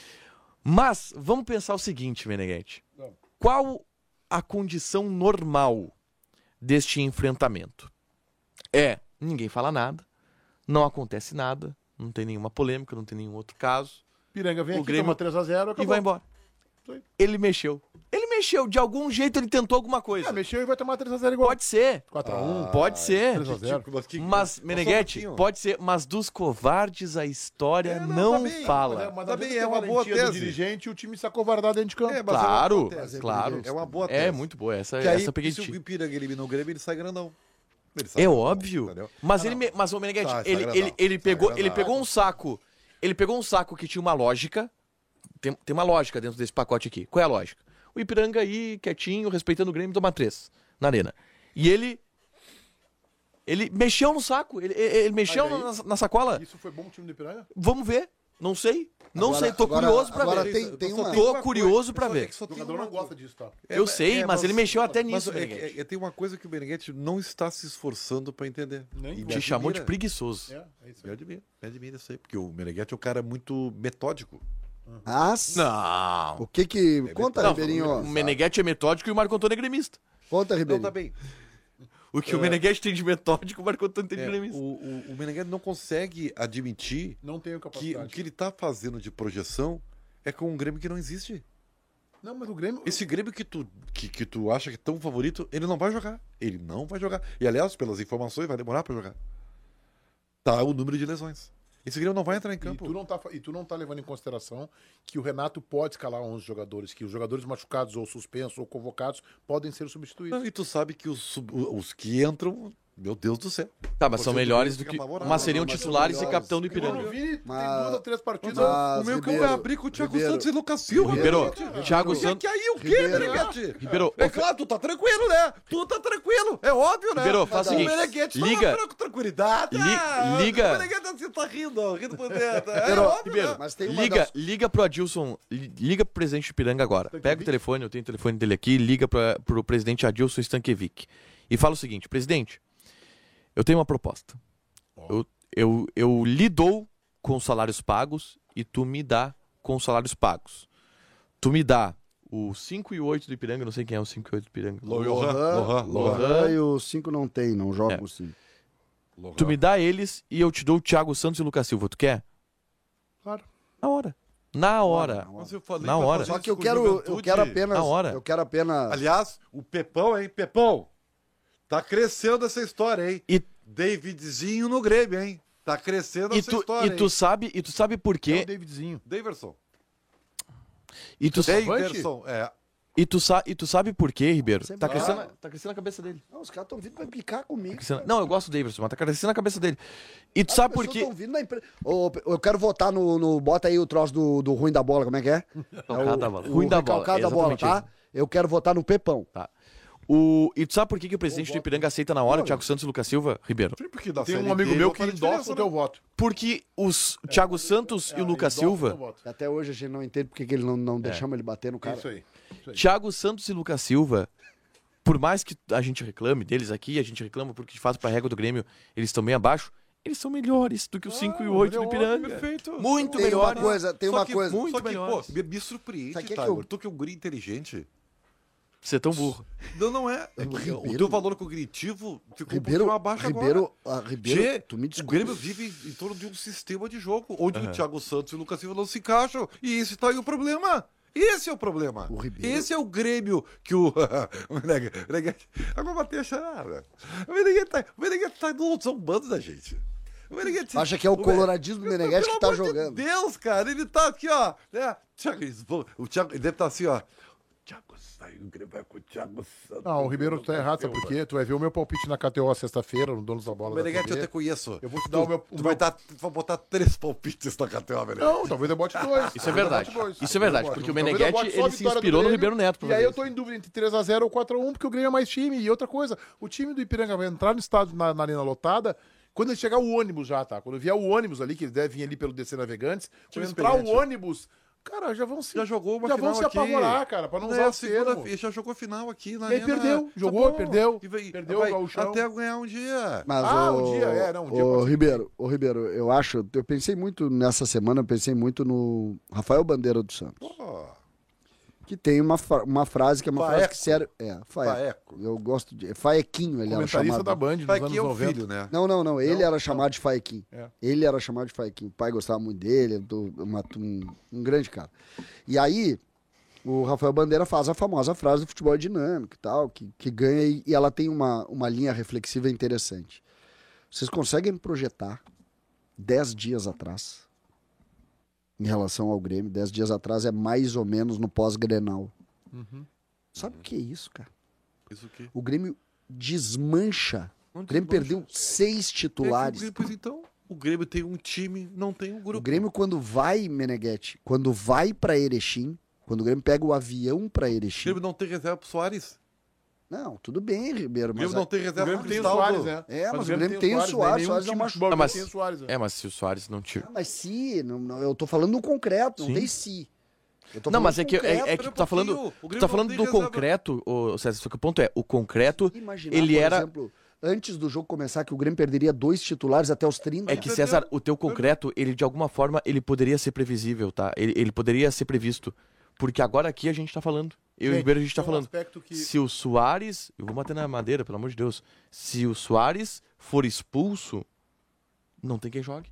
Speaker 4: Mas vamos pensar o seguinte, Meneghetti.
Speaker 2: Não.
Speaker 4: Qual a condição normal deste enfrentamento? É, ninguém fala nada, não acontece nada, não tem nenhuma polêmica, não tem nenhum outro caso
Speaker 2: Piranga vem
Speaker 4: O
Speaker 2: aqui,
Speaker 4: Grêmio-
Speaker 2: toma três a zero,
Speaker 4: e
Speaker 2: acabou.
Speaker 4: vai embora.
Speaker 2: Isso aí.
Speaker 4: Ele mexeu. Ele mexeu, de algum jeito ele tentou alguma coisa.
Speaker 2: É, mexeu e vai tomar três a zero igual.
Speaker 4: Pode ser,
Speaker 2: quatro a um.
Speaker 4: pode ser.
Speaker 2: três a zero.
Speaker 3: Tipo, mas que-
Speaker 4: Mas,
Speaker 3: só um
Speaker 4: Meneghetti,
Speaker 3: pouquinho.
Speaker 4: pode ser, mas dos covardes a história
Speaker 3: É, não,
Speaker 4: não,
Speaker 3: tá bem,
Speaker 4: fala.
Speaker 2: Mas, é- mas
Speaker 3: Também
Speaker 2: adianta
Speaker 3: é
Speaker 2: ter
Speaker 3: uma boa
Speaker 2: valentia do
Speaker 3: tese.
Speaker 2: dirigente e o time se acovardar dentro de campo.
Speaker 3: É, mas
Speaker 4: Claro,
Speaker 3: é uma boa tese.
Speaker 4: claro.
Speaker 3: É uma boa
Speaker 4: É
Speaker 3: tese.
Speaker 4: muito boa essa,
Speaker 3: Que aí,
Speaker 4: essa eu peguei
Speaker 3: se
Speaker 4: de ti.
Speaker 3: o Ipiranga elimina o Grêmio, ele sai grandão. Ele sai
Speaker 4: É
Speaker 3: grandão,
Speaker 4: óbvio.
Speaker 3: entendeu?
Speaker 4: Mas
Speaker 3: Ah,
Speaker 4: ele,
Speaker 3: não.
Speaker 4: me- mas o Meneghetti,
Speaker 3: Tá,
Speaker 4: ele,
Speaker 3: tá
Speaker 4: ele,
Speaker 3: grandão,
Speaker 4: ele
Speaker 3: tá
Speaker 4: pegou,
Speaker 3: grandão.
Speaker 4: ele pegou um saco. Ele pegou um saco que tinha uma lógica. Tem, tem uma lógica dentro desse pacote aqui. Qual é a lógica? O Ipiranga aí, quietinho, respeitando o Grêmio, toma três na arena. E ele. Ele mexeu no saco. Ele, ele- ele mexeu
Speaker 2: Aí,
Speaker 4: na, na sacola.
Speaker 2: Isso foi bom pro time do Ipiranga?
Speaker 4: Vamos ver. Não sei. Não
Speaker 5: Agora-
Speaker 4: sei. Tô
Speaker 5: agora-
Speaker 4: curioso pra
Speaker 5: agora
Speaker 4: ver.
Speaker 5: tem- tem
Speaker 3: Só
Speaker 5: uma-
Speaker 4: Tô
Speaker 3: uma
Speaker 4: curioso pra
Speaker 3: só-
Speaker 4: ver.
Speaker 3: é que só
Speaker 2: O
Speaker 3: tem
Speaker 2: jogador
Speaker 3: uma
Speaker 2: não gosta disso, tá?
Speaker 3: É,
Speaker 4: Eu sei,
Speaker 3: é,
Speaker 4: mas ele mexeu até
Speaker 3: mas
Speaker 4: nisso,
Speaker 3: é,
Speaker 4: Meneghetti.
Speaker 3: é, é, tem uma coisa que o Meneghetti não está se esforçando para entender.
Speaker 2: Nem
Speaker 3: E
Speaker 2: tu.
Speaker 3: me
Speaker 4: Te chamou de
Speaker 3: admira.
Speaker 4: preguiçoso.
Speaker 2: É, é isso
Speaker 3: Me
Speaker 2: aí.
Speaker 3: admira, me admira isso aí, porque o Meneghetti é um cara muito metódico.
Speaker 5: Ah, sim.
Speaker 4: Não.
Speaker 5: O que que... Conta,
Speaker 4: Não,
Speaker 5: Ribeirinho.
Speaker 4: o Meneghetti é metódico e o Marco Antônio é gremista.
Speaker 5: Conta,
Speaker 3: Não,
Speaker 5: Ribeirinho.
Speaker 3: tá bem.
Speaker 4: O que o Meneghetti tem de metódico, o Marco Antônio tem de
Speaker 3: É, o,
Speaker 4: gremista.
Speaker 3: o, o Meneghetti não consegue admitir
Speaker 2: Não tenho
Speaker 3: que o
Speaker 2: capacidade.
Speaker 3: que ele está fazendo de projeção é com um Grêmio que não existe.
Speaker 2: Não, mas o Grêmio...
Speaker 3: Esse Grêmio que tu, que, que tu acha que é tão favorito, ele não vai jogar. Ele não vai jogar. E, aliás, pelas informações, vai demorar para jogar. Tá o número de lesões. Esse Grêmio não vai entrar em
Speaker 2: E
Speaker 3: campo.
Speaker 2: tu, não tá, fa- e tu não tá levando em consideração que o Renato pode escalar onze jogadores, que os jogadores machucados ou suspensos ou convocados podem ser substituídos.
Speaker 3: Não, e tu sabe que os, sub- os que entram, meu Deus do céu.
Speaker 4: Tá, mas são
Speaker 3: Você
Speaker 4: melhores do
Speaker 3: fica
Speaker 4: que.
Speaker 3: apavorado.
Speaker 4: Mas seriam
Speaker 5: Não, mas são
Speaker 4: titulares e
Speaker 5: melhores.
Speaker 4: capitão do
Speaker 2: O Bruno
Speaker 4: Ipiranga.
Speaker 2: Vini tem
Speaker 5: Mas-
Speaker 2: duas ou três partidas.
Speaker 5: Mas,
Speaker 3: o meu que
Speaker 5: Ribeiro,
Speaker 3: vai abrir com o Thiago
Speaker 5: Ribeiro,
Speaker 3: Santos e Lucas Silva.
Speaker 4: Ribeiro,
Speaker 3: Meneghetti.
Speaker 4: Thiago
Speaker 3: E
Speaker 4: Santos.
Speaker 3: que aí o quê,
Speaker 5: Ribeiro.
Speaker 3: Meneghetti?
Speaker 4: Ribeiro,
Speaker 3: É
Speaker 4: ofe-
Speaker 3: claro, tu tá tranquilo, né? Tu tá tranquilo, é óbvio, né?
Speaker 4: Ribeiro, faz o
Speaker 3: o
Speaker 4: seguinte,
Speaker 3: Meneghetti
Speaker 4: liga-
Speaker 3: tá com tranquilidado.
Speaker 4: Li-
Speaker 3: Ah,
Speaker 4: liga-
Speaker 3: O Meneghetti você tá rindo, rindo por dentro. É
Speaker 5: Ribeiro,
Speaker 3: óbvio,
Speaker 4: Ribeiro,
Speaker 3: né?
Speaker 5: Mas tem uma
Speaker 4: Liga,
Speaker 5: das-
Speaker 4: liga pro Adilson, li- liga pro presidente do Ipiranga agora. Pega o telefone, eu tenho o telefone dele aqui, liga pra, pro presidente Adilson Stankiewicz. E fala o seguinte, presidente, eu tenho uma proposta. Eu, eu, eu lhe dou com os salários pagos e tu me dá com os salários pagos. Tu me dá o cinco e o oito do Ipiranga, não sei quem é o cinco e oito do Ipiranga.
Speaker 3: Lohan,
Speaker 5: Lohan,
Speaker 3: Lohan,
Speaker 5: Lohan
Speaker 3: Lohan.
Speaker 5: e o cinco não tem, não joga
Speaker 4: É.
Speaker 5: com o cinco.
Speaker 3: Lohan.
Speaker 4: Tu me dá eles e eu te dou o Thiago Santos e o Lucas Silva. Tu quer?
Speaker 2: Claro.
Speaker 4: Na hora. Na hora.
Speaker 3: Mas eu falei
Speaker 4: Na
Speaker 3: pra
Speaker 4: hora.
Speaker 3: fazer
Speaker 5: Só
Speaker 3: isso
Speaker 5: que eu
Speaker 3: com
Speaker 5: quero, eu
Speaker 3: Juventude.
Speaker 5: quero apenas...
Speaker 4: Na hora.
Speaker 5: Eu quero apenas...
Speaker 3: Aliás, o Pepão, hein? Pepão. Tá crescendo essa história, hein?
Speaker 4: E,
Speaker 3: Davidzinho no Grêmio, hein? Tá crescendo
Speaker 4: e,
Speaker 3: essa
Speaker 4: tu,
Speaker 3: história,
Speaker 4: e tu
Speaker 3: hein?
Speaker 4: sabe, e tu sabe por
Speaker 2: É o
Speaker 4: quê?
Speaker 2: Davidzinho.
Speaker 3: Daverson.
Speaker 4: E tu,
Speaker 3: Daverson, é.
Speaker 4: e, tu sa, e tu sabe por quê, Ribeiro?
Speaker 5: Sempre
Speaker 4: Tá
Speaker 5: vai.
Speaker 4: crescendo, tá crescendo a cabeça dele.
Speaker 5: Não, os caras estão vindo pra picar comigo.
Speaker 4: Crescendo- Não, eu gosto do Davidson, mas tá crescendo a cabeça dele. E tu
Speaker 5: As
Speaker 4: sabe por
Speaker 5: pessoas
Speaker 4: quê?
Speaker 5: tão vindo na empre... Ô, eu quero votar no, no... Bota aí o troço do, do ruim da bola, como é que é?
Speaker 4: Recalcado da bola.
Speaker 5: O
Speaker 4: Ruim da bola,
Speaker 5: recalcado da bola,
Speaker 4: exatamente
Speaker 5: tá? Eu quero votar no Pepão.
Speaker 4: Tá. O, e tu sabe por que, que o presidente do Ipiranga aceita na hora o Thiago Santos e o Lucas Silva, Ribeiro?
Speaker 3: Porque da
Speaker 2: Tem
Speaker 3: Série
Speaker 2: um amigo
Speaker 3: B
Speaker 2: meu
Speaker 3: não
Speaker 2: que
Speaker 3: faz
Speaker 2: endossa
Speaker 3: diferença,
Speaker 2: o teu
Speaker 3: né?
Speaker 2: voto.
Speaker 4: Porque os Thiago Santos e o Lucas
Speaker 2: Endossa o teu
Speaker 4: Silva,
Speaker 2: voto.
Speaker 5: Até hoje a gente não entende porque que ele não, não deixamos ele bater no cara.
Speaker 2: Isso aí. Isso aí.
Speaker 4: Thiago Santos e Lucas Silva, por mais que a gente reclame deles aqui, a gente reclama porque de fato pra régua do Grêmio eles estão bem abaixo, eles são melhores do que os cinco e o oito do Ipiranga.
Speaker 3: Perfeito.
Speaker 4: Muito
Speaker 5: Tem uma
Speaker 4: melhores.
Speaker 5: coisa, tem
Speaker 3: Só
Speaker 5: uma
Speaker 3: que-
Speaker 5: coisa.
Speaker 4: muito
Speaker 3: Só que, pô,
Speaker 4: melhores.
Speaker 3: me, me surpreende,
Speaker 5: Sabe que
Speaker 3: tá,
Speaker 5: que eu-
Speaker 3: Igor? Tu que é um guri inteligente.
Speaker 4: Você é tão burro.
Speaker 3: Não, não é. É
Speaker 5: O
Speaker 3: que
Speaker 5: Ribeiro-
Speaker 3: o teu valor cognitivo ficou
Speaker 5: Ribeiro,
Speaker 3: um pouquinho abaixo
Speaker 5: Ribeiro,
Speaker 3: agora.
Speaker 5: ah, Ribeiro,
Speaker 3: Tchê,
Speaker 5: tu me
Speaker 3: o
Speaker 5: desculpa.
Speaker 3: Grêmio vive em torno de um sistema de jogo onde o Thiago Santos e o Lucas Silva não se encaixam. E esse tá aí o problema. Esse é o problema.
Speaker 5: O Ribeiro-
Speaker 3: Esse é o Grêmio que o. o Meneghetti- Meneghetti- Agora bateu a charada. O Meneghetti tá, o Meneghetti tá zombando da gente. O Meneghetti-
Speaker 5: Acha que é o
Speaker 3: Men-
Speaker 5: coloradismo do Meneghetti
Speaker 3: Pelo
Speaker 5: que tá
Speaker 3: amor de
Speaker 5: jogando.
Speaker 3: Deus, cara, ele tá aqui, ó. Né? Thiago, o Thiago, ele deve estar assim, ó. Thiago saiu, o Grêmio vai com o Thiago Santos.
Speaker 2: Não, o Ribeiro, tu tá errado, sabe por quê? Tu vai ver o meu palpite na K T O sexta-feira, no Donos da Bola. da
Speaker 3: Meneghete,
Speaker 2: T V.
Speaker 3: eu te conheço.
Speaker 2: Eu vou te dar o meu.
Speaker 3: Tu
Speaker 2: o
Speaker 3: vai,
Speaker 2: meu-
Speaker 3: dar, tu vai botar três palpites na K T O, Meneghete.
Speaker 2: Não, talvez eu bote dois.
Speaker 4: Isso é
Speaker 2: Talvez eu
Speaker 4: verdade.
Speaker 2: bote dois.
Speaker 4: Isso é verdade,
Speaker 2: Talvez eu
Speaker 4: porque o
Speaker 2: bote-
Speaker 4: Meneghetti,
Speaker 2: talvez eu bote só a
Speaker 4: ele se
Speaker 2: vitória do
Speaker 4: inspirou no
Speaker 2: Grêmio,
Speaker 4: Ribeiro Neto, por
Speaker 2: E aí eu
Speaker 4: vezes.
Speaker 2: tô em dúvida entre três a zero ou quatro a um, porque o Grêmio é mais time. E outra coisa, o time do Ipiranga vai entrar no estádio, na, na arena lotada, quando ele chegar o ônibus já, tá? Quando vier o ônibus ali, que ele deve vir ali pelo D C Navegantes,
Speaker 3: Time
Speaker 2: quando entrar o
Speaker 3: experiente.
Speaker 2: ônibus, cara, já vão se,
Speaker 3: Já jogou uma
Speaker 2: já
Speaker 3: final
Speaker 2: vão se
Speaker 3: aqui.
Speaker 2: apavorar, cara, pra não
Speaker 3: Não
Speaker 2: usar
Speaker 3: é
Speaker 2: o
Speaker 3: a segunda,
Speaker 2: termo.
Speaker 3: ele já jogou final aqui na
Speaker 2: E aí
Speaker 3: arena.
Speaker 2: perdeu,
Speaker 3: Tá
Speaker 2: jogou,
Speaker 3: bom.
Speaker 2: perdeu,
Speaker 3: E vai-
Speaker 2: perdeu
Speaker 3: vai
Speaker 2: o Gauchão.
Speaker 3: até ganhar um dia.
Speaker 5: Mas
Speaker 2: Ah,
Speaker 5: o,
Speaker 2: um dia, é, não, um dia
Speaker 5: o
Speaker 2: pode ser.
Speaker 5: Ribeiro, o Ribeiro, eu acho, eu pensei muito nessa semana, eu pensei muito no Rafael Bandeira dos Santos,
Speaker 3: Pô,
Speaker 5: que tem uma, fra- uma frase que é uma
Speaker 3: Faeco.
Speaker 5: frase que sério, é, faeco.
Speaker 3: Faeco.
Speaker 5: Eu gosto de, é Faequinho, ele era
Speaker 2: Comentarista
Speaker 5: chamado.
Speaker 2: da Band nos
Speaker 3: Vai
Speaker 2: anos
Speaker 3: que é o
Speaker 2: noventa.
Speaker 3: filho, né?
Speaker 5: Não, não, não, ele
Speaker 2: Não,
Speaker 5: era
Speaker 2: não.
Speaker 5: chamado de Faequinho.
Speaker 2: É.
Speaker 5: Ele era chamado de Faequinho. O pai gostava muito dele, do- uma- um, um grande cara. E aí, o Rafael Bandeira faz a famosa frase do futebol dinâmico e tal, que, que ganha e, e ela tem uma, uma linha reflexiva interessante. Vocês conseguem projetar dez dias atrás, em relação ao Grêmio, dez dias atrás é mais ou menos no pós-Grenal.
Speaker 2: Uhum.
Speaker 5: Sabe o que é isso, cara?
Speaker 3: Isso aqui.
Speaker 5: O Grêmio desmancha.
Speaker 3: Não
Speaker 5: O Grêmio
Speaker 3: desmancha.
Speaker 5: perdeu seis titulares.
Speaker 3: É que o Grêmio, pois então, o Grêmio tem um time, não tem um grupo.
Speaker 5: O Grêmio, quando vai, Meneghetti, quando vai pra Erechim, quando o Grêmio pega o avião pra
Speaker 3: O
Speaker 5: Erechim.
Speaker 3: Grêmio não tem reserva pro Soares.
Speaker 5: Não, tudo bem, Ribeiro,
Speaker 3: O
Speaker 5: mas.
Speaker 3: Grêmio não tem
Speaker 2: O
Speaker 3: reserva
Speaker 2: Grêmio
Speaker 3: pro
Speaker 2: tem o
Speaker 3: Cristaldo.
Speaker 2: Soares, né?
Speaker 5: É, mas o Grêmio tem o Soares,
Speaker 2: nenhum
Speaker 5: Soares
Speaker 2: time
Speaker 5: não
Speaker 2: de futebol
Speaker 4: Ah, mas-
Speaker 2: tem o Soares, né?
Speaker 4: É, mas se o Soares não tira.
Speaker 5: Ah, mas se, não, não, eu tô falando no concreto, não
Speaker 4: Sim.
Speaker 5: tem se. Eu tô
Speaker 4: Não,
Speaker 5: falando
Speaker 4: mas é que,
Speaker 5: concreto.
Speaker 4: é, é que
Speaker 3: Pera
Speaker 4: tu tá
Speaker 3: um
Speaker 4: falando,
Speaker 3: pouquinho, o
Speaker 4: tu
Speaker 3: Grêmio
Speaker 4: tá
Speaker 3: não
Speaker 4: falando
Speaker 3: tem
Speaker 4: do
Speaker 3: reserva.
Speaker 4: concreto, ô, César, só que o ponto é, o concreto,
Speaker 5: Imaginar,
Speaker 4: ele
Speaker 5: por
Speaker 4: era...
Speaker 5: exemplo, antes do jogo começar, que o Grêmio perderia dois titulares até os trinta.
Speaker 4: É que, César, o teu concreto, ele de alguma forma, ele poderia ser previsível, tá? Ele, ele poderia ser previsto. Porque agora aqui a gente tá falando. Eu e o
Speaker 2: Gente,
Speaker 4: Ribeiro a gente tá
Speaker 2: tem um
Speaker 4: falando.
Speaker 2: aspecto que-
Speaker 4: Se o Soares. Eu vou bater na madeira, pelo amor de Deus. Se o Soares for expulso, não tem quem jogue.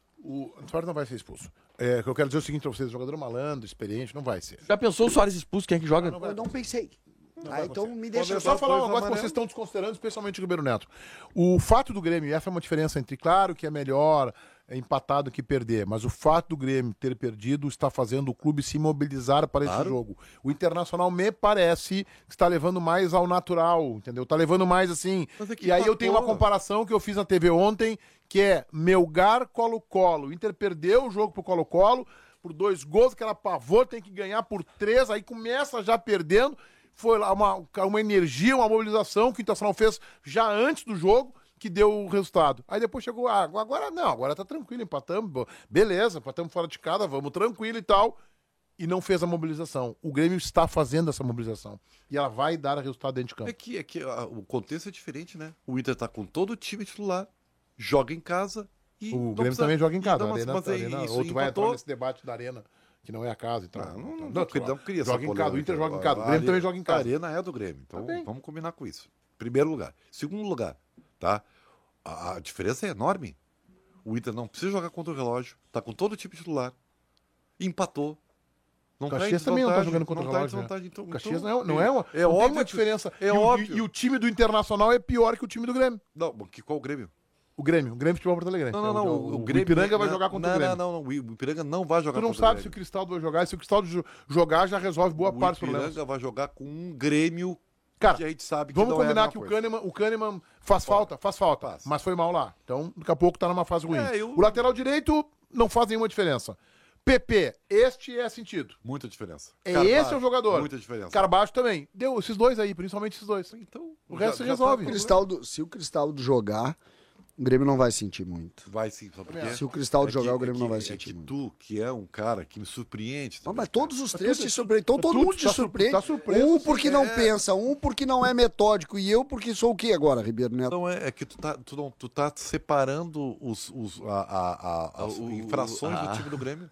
Speaker 2: O Soares não vai ser expulso. É, eu quero dizer o seguinte pra vocês, jogador malandro, experiente, não vai ser.
Speaker 4: Já pensou o Soares expulso? Quem é que joga?
Speaker 5: Eu não pensei.
Speaker 2: Não
Speaker 5: ah,
Speaker 2: vai
Speaker 5: então
Speaker 2: acontecer.
Speaker 5: me deixa
Speaker 2: Deixa eu só falar uma
Speaker 3: coisa
Speaker 2: coisa que
Speaker 3: amarela.
Speaker 2: vocês estão desconsiderando, especialmente o Ribeiro Neto. O fato do Grêmio, e essa é uma diferença entre, claro, que é melhor é empatado que perder, mas o fato do Grêmio ter perdido está fazendo o clube se mobilizar para esse
Speaker 3: Claro.
Speaker 2: jogo. O Internacional me parece que está levando mais ao natural, entendeu? Está levando mais assim.
Speaker 3: Mas é que
Speaker 2: E aí eu tenho uma
Speaker 3: empatou.
Speaker 2: comparação que eu fiz na T V ontem, que é Melgar Colo-Colo. O Inter perdeu o jogo pro Colo-Colo por dois gols, que era pavor, tem que ganhar por três, aí começa já perdendo. Foi lá uma, uma energia, uma mobilização que o Internacional fez já antes do jogo, que deu o resultado. Aí depois chegou, ah, agora não, agora tá tranquilo, empatamos, bo- beleza, empatamos fora de casa, vamos tranquilo e tal. E não fez a mobilização. O Grêmio está fazendo essa mobilização. E ela vai dar resultado dentro de campo.
Speaker 3: É que, é que ah, o contexto é diferente, né? O Inter tá com todo o time titular, joga em casa e.
Speaker 2: O
Speaker 3: não
Speaker 2: Grêmio
Speaker 3: precisa-
Speaker 2: também joga em
Speaker 3: e
Speaker 2: casa.
Speaker 3: não,
Speaker 2: a
Speaker 3: mas-
Speaker 2: arena,
Speaker 3: mas
Speaker 2: a
Speaker 3: é
Speaker 2: arena,
Speaker 3: isso,
Speaker 2: ou tu vai
Speaker 3: empatou.
Speaker 2: entrar nesse debate da arena, que não é a casa, então.
Speaker 3: Ah, não, não,
Speaker 2: então,
Speaker 3: não, queria- não queria essa
Speaker 2: joga em casa, o
Speaker 3: polêmica.
Speaker 2: Inter joga em casa, o
Speaker 3: A
Speaker 2: Grêmio também
Speaker 3: arena-
Speaker 2: joga em
Speaker 3: A
Speaker 2: casa.
Speaker 3: arena é do Grêmio, então
Speaker 2: Tá bem.
Speaker 3: vamos combinar com isso. Primeiro lugar. Segundo lugar, tá? A, a diferença é enorme. O Inter não precisa jogar contra o relógio, tá com todo o time titular, empatou. Não
Speaker 2: O
Speaker 3: tá em
Speaker 2: Caxias também não tá
Speaker 3: desvantagem,
Speaker 2: jogando contra
Speaker 3: não
Speaker 2: o
Speaker 3: tá em
Speaker 2: relógio, né?
Speaker 3: desvantagem, então-
Speaker 2: O Caxias
Speaker 3: então-
Speaker 2: não é, não é uma,
Speaker 3: é
Speaker 2: não tem
Speaker 3: óbvio
Speaker 2: uma
Speaker 3: que-
Speaker 2: diferença.
Speaker 3: é
Speaker 2: e, o,
Speaker 3: óbvio.
Speaker 2: e o time do Internacional é pior que o time do Grêmio.
Speaker 3: Não, que qual o Grêmio?
Speaker 2: O Grêmio, o Grêmio Futebol Porto Alegre.
Speaker 3: Não, não, não.
Speaker 2: O,
Speaker 3: O,
Speaker 2: o,
Speaker 3: Grêmio,
Speaker 2: Ipiranga vai
Speaker 3: não,
Speaker 2: jogar contra
Speaker 3: não,
Speaker 2: o Grêmio.
Speaker 3: Não, não, não. O Ipiranga não vai jogar
Speaker 2: Tu não
Speaker 3: contra o
Speaker 2: sabe se o
Speaker 3: Grêmio.
Speaker 2: Cristaldo vai jogar. E se o Cristaldo jo- jogar, já resolve boa
Speaker 3: O
Speaker 2: parte dos problemas.
Speaker 3: Ipiranga vai jogar com um Grêmio
Speaker 2: Cara,
Speaker 3: que a gente sabe que
Speaker 2: vamos
Speaker 3: não é a
Speaker 2: combinar
Speaker 3: mesma
Speaker 2: que o
Speaker 3: coisa.
Speaker 2: Kahneman, o Kahneman faz falta, faz falta,
Speaker 3: Faz.
Speaker 2: mas foi mal lá. Então, daqui a pouco tá numa fase ruim.
Speaker 3: É, eu-
Speaker 2: O lateral direito não faz nenhuma diferença. P P, este é sentido.
Speaker 3: Muita diferença.
Speaker 2: É
Speaker 3: Carvalho,
Speaker 2: esse é o jogador.
Speaker 3: Muita diferença.
Speaker 2: Carbaixo também. Deu esses dois aí, principalmente esses dois.
Speaker 3: Então,
Speaker 2: O resto se
Speaker 3: já- já
Speaker 2: resolve.
Speaker 5: O
Speaker 3: tá-
Speaker 5: Cristaldo, se o Cristaldo jogar, o Grêmio não vai sentir muito.
Speaker 3: Vai sim, sabe por quê?
Speaker 5: Se o Cristaldo
Speaker 3: É
Speaker 5: jogar,
Speaker 3: que-
Speaker 5: o Grêmio
Speaker 3: é
Speaker 5: não
Speaker 3: que-
Speaker 5: vai
Speaker 3: é
Speaker 5: sentir
Speaker 3: que
Speaker 5: muito.
Speaker 3: tu, que é um cara que me surpreende.
Speaker 5: Não,
Speaker 3: também,
Speaker 5: mas
Speaker 3: cara.
Speaker 5: todos os três
Speaker 2: tudo-
Speaker 5: te surpreendem. Então todo
Speaker 2: tudo
Speaker 5: mundo te
Speaker 2: tá sur-
Speaker 5: surpreende.
Speaker 2: tá surpreso,
Speaker 5: um
Speaker 2: sim.
Speaker 5: porque não
Speaker 3: É.
Speaker 5: pensa, um porque não é metódico. E eu porque sou o quê agora, Ribeiro Neto?
Speaker 3: Não, é, é que tu tá, tu, não, tu tá separando os, os, a, a, a- as
Speaker 4: O- o-
Speaker 3: infrações
Speaker 4: a-
Speaker 3: do time do Grêmio.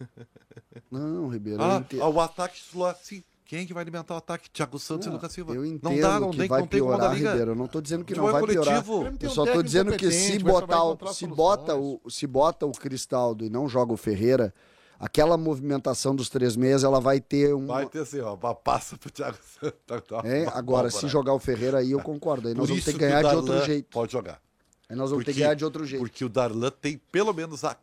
Speaker 5: Não, Ribeiro, eu
Speaker 3: Ah,
Speaker 5: entendo.
Speaker 3: ah, o ataque titular, sim. Quem é que vai alimentar o ataque? Thiago Santos e
Speaker 5: Não,
Speaker 3: Lucas Silva.
Speaker 5: eu
Speaker 3: não
Speaker 5: entendo
Speaker 3: dá, não
Speaker 5: que
Speaker 3: tem,
Speaker 5: vai
Speaker 3: não tem como
Speaker 5: piorar,
Speaker 3: dar liga.
Speaker 5: Ribeiro. Eu não tô dizendo que não
Speaker 3: Futebol
Speaker 5: vai
Speaker 3: é
Speaker 5: piorar.
Speaker 3: coletivo.
Speaker 2: Tem
Speaker 5: Eu
Speaker 2: um
Speaker 5: só tô
Speaker 2: técnico
Speaker 5: dizendo que se
Speaker 2: competente, vai saber
Speaker 5: botar, o,
Speaker 2: encontrar
Speaker 5: se,
Speaker 2: soluções.
Speaker 5: bota o, se bota o Cristaldo e não joga o Ferreira, aquela movimentação dos três meias, ela vai ter um...
Speaker 3: Vai ter assim, ó, uma passa pro Thiago Santos. Tá- tá
Speaker 5: É,
Speaker 3: uma
Speaker 5: agora, se
Speaker 3: abóbora.
Speaker 5: jogar o Ferreira aí, eu concordo. Aí nós
Speaker 3: Por
Speaker 5: vamos ter
Speaker 3: isso
Speaker 5: que ganhar
Speaker 3: o
Speaker 5: de outro
Speaker 3: Darlan
Speaker 5: jeito.
Speaker 3: Pode jogar.
Speaker 5: Aí nós vamos ter que
Speaker 3: Porque-
Speaker 5: ganhar de outro jeito.
Speaker 3: Porque o Darlan tem pelo menos a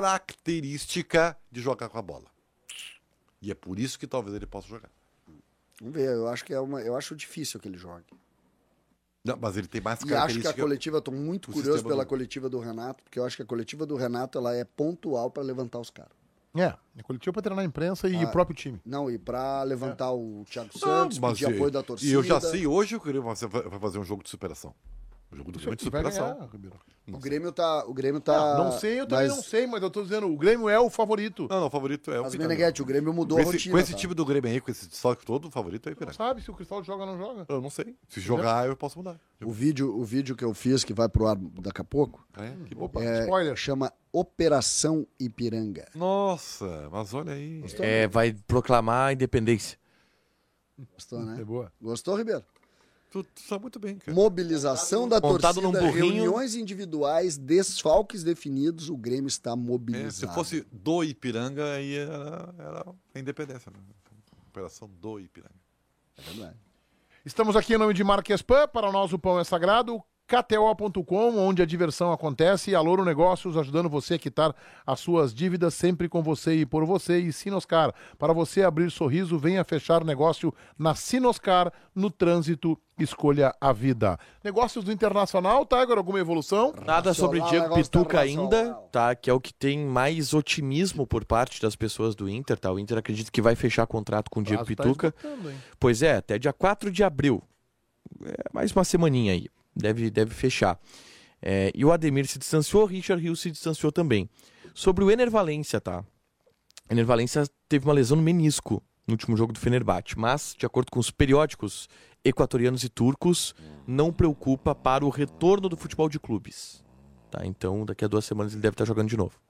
Speaker 3: característica de jogar com a bola. E é por isso que talvez ele possa jogar.
Speaker 5: Vamos ver, eu acho que é uma. Eu acho difícil que ele jogue.
Speaker 3: Não, mas ele tem mais
Speaker 5: E acho que a
Speaker 3: características.
Speaker 5: coletiva, estou muito
Speaker 3: o
Speaker 5: curioso
Speaker 3: sistema
Speaker 5: pela
Speaker 3: do-
Speaker 5: coletiva do Renato, porque eu acho que a coletiva do Renato ela é pontual para levantar os caras.
Speaker 2: É, é coletivo pra treinar a imprensa e
Speaker 5: Ah,
Speaker 2: o próprio time.
Speaker 5: Não, e para levantar o Thiago
Speaker 3: Não,
Speaker 5: Santos,
Speaker 3: mas
Speaker 5: pedir
Speaker 3: e-
Speaker 5: apoio da torcida.
Speaker 3: E eu já sei hoje que o Grêmio vai vai fazer um jogo de superação. Um jogo do Grêmio de
Speaker 2: Vai
Speaker 3: superação.
Speaker 2: ganhar, Ribeiro.
Speaker 5: O Grêmio tá. O Grêmio tá
Speaker 2: Não sei, eu também
Speaker 5: mas,
Speaker 2: não sei, mas eu tô dizendo, o Grêmio é o favorito.
Speaker 3: Não, não, o favorito é o
Speaker 5: Mas,
Speaker 3: Ipiranga.
Speaker 5: Meneghete, o Grêmio mudou
Speaker 3: Com
Speaker 5: a
Speaker 3: esse,
Speaker 5: rotina.
Speaker 3: com esse
Speaker 5: tá?
Speaker 3: time do Grêmio aí, com esse destaque todo, o favorito é o
Speaker 2: Não
Speaker 3: Ipiranga.
Speaker 2: sabe se o Cristal joga ou não joga.
Speaker 3: Eu não sei. Se jogar, eu posso mudar.
Speaker 5: O vídeo, o vídeo que eu fiz, que vai pro ar daqui a pouco,
Speaker 3: É, que
Speaker 2: Opa,
Speaker 3: bom.
Speaker 5: é,
Speaker 2: spoiler.
Speaker 5: chama Operação Ipiranga.
Speaker 3: Nossa, mas olha aí.
Speaker 4: É, vai proclamar a independência.
Speaker 5: Gostou, né?
Speaker 2: É boa.
Speaker 5: Gostou, Ribeiro?
Speaker 3: Tu, tu sabe muito bem, cara.
Speaker 5: Mobilização da
Speaker 4: Montado
Speaker 5: torcida,
Speaker 4: num burrinho.
Speaker 5: reuniões individuais, desfalques definidos, o Grêmio está
Speaker 3: É,
Speaker 5: mobilizado.
Speaker 3: se fosse do Ipiranga, aí era, era a independência. Né? Operação do Ipiranga.
Speaker 5: É verdade.
Speaker 2: Estamos aqui em nome de Marques Pan, para nós o pão é sagrado, K T O ponto com, onde a diversão acontece, e Aloro Negócios, ajudando você a quitar as suas dívidas sempre com você e por você, e Sinoscar, para você abrir sorriso, venha fechar negócio na Sinoscar, no trânsito, escolha a vida. Negócios do Internacional, tá, agora alguma evolução?
Speaker 4: Nada sobre
Speaker 5: Racional,
Speaker 4: Diego
Speaker 5: negócio
Speaker 4: Pituca
Speaker 5: tá
Speaker 4: ainda,
Speaker 5: racional.
Speaker 4: tá? Que é o que tem mais otimismo por parte das pessoas do Inter, tá? O Inter acredita que vai fechar contrato com o Diego
Speaker 2: Prazo tá
Speaker 4: Pituca.
Speaker 2: esgotando, hein?
Speaker 4: Pois é, até dia quatro de abril. É mais uma semaninha aí. Deve, deve fechar. É, e o Ademir se distanciou, o Richard Rios se distanciou também. Sobre o Ener Valencia, tá? Ener Valencia teve uma lesão no menisco no último jogo do Fenerbahçe, mas, de acordo com os periódicos equatorianos e turcos, não preocupa para o retorno do futebol de clubes. Tá? Então, daqui a duas semanas ele deve estar jogando de novo.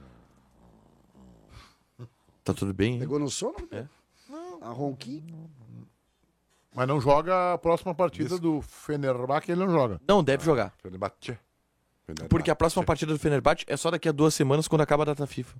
Speaker 4: Tá tudo bem? Hein?
Speaker 5: Pegou no sono?
Speaker 4: É.
Speaker 5: A ronquinho?
Speaker 2: Mas não joga a próxima partida do Fenerbahçe, ele não joga.
Speaker 4: Não, deve jogar.
Speaker 3: Fenerbahçe.
Speaker 4: Porque a próxima partida do Fenerbahçe é só daqui a duas semanas, quando acaba a data FIFA.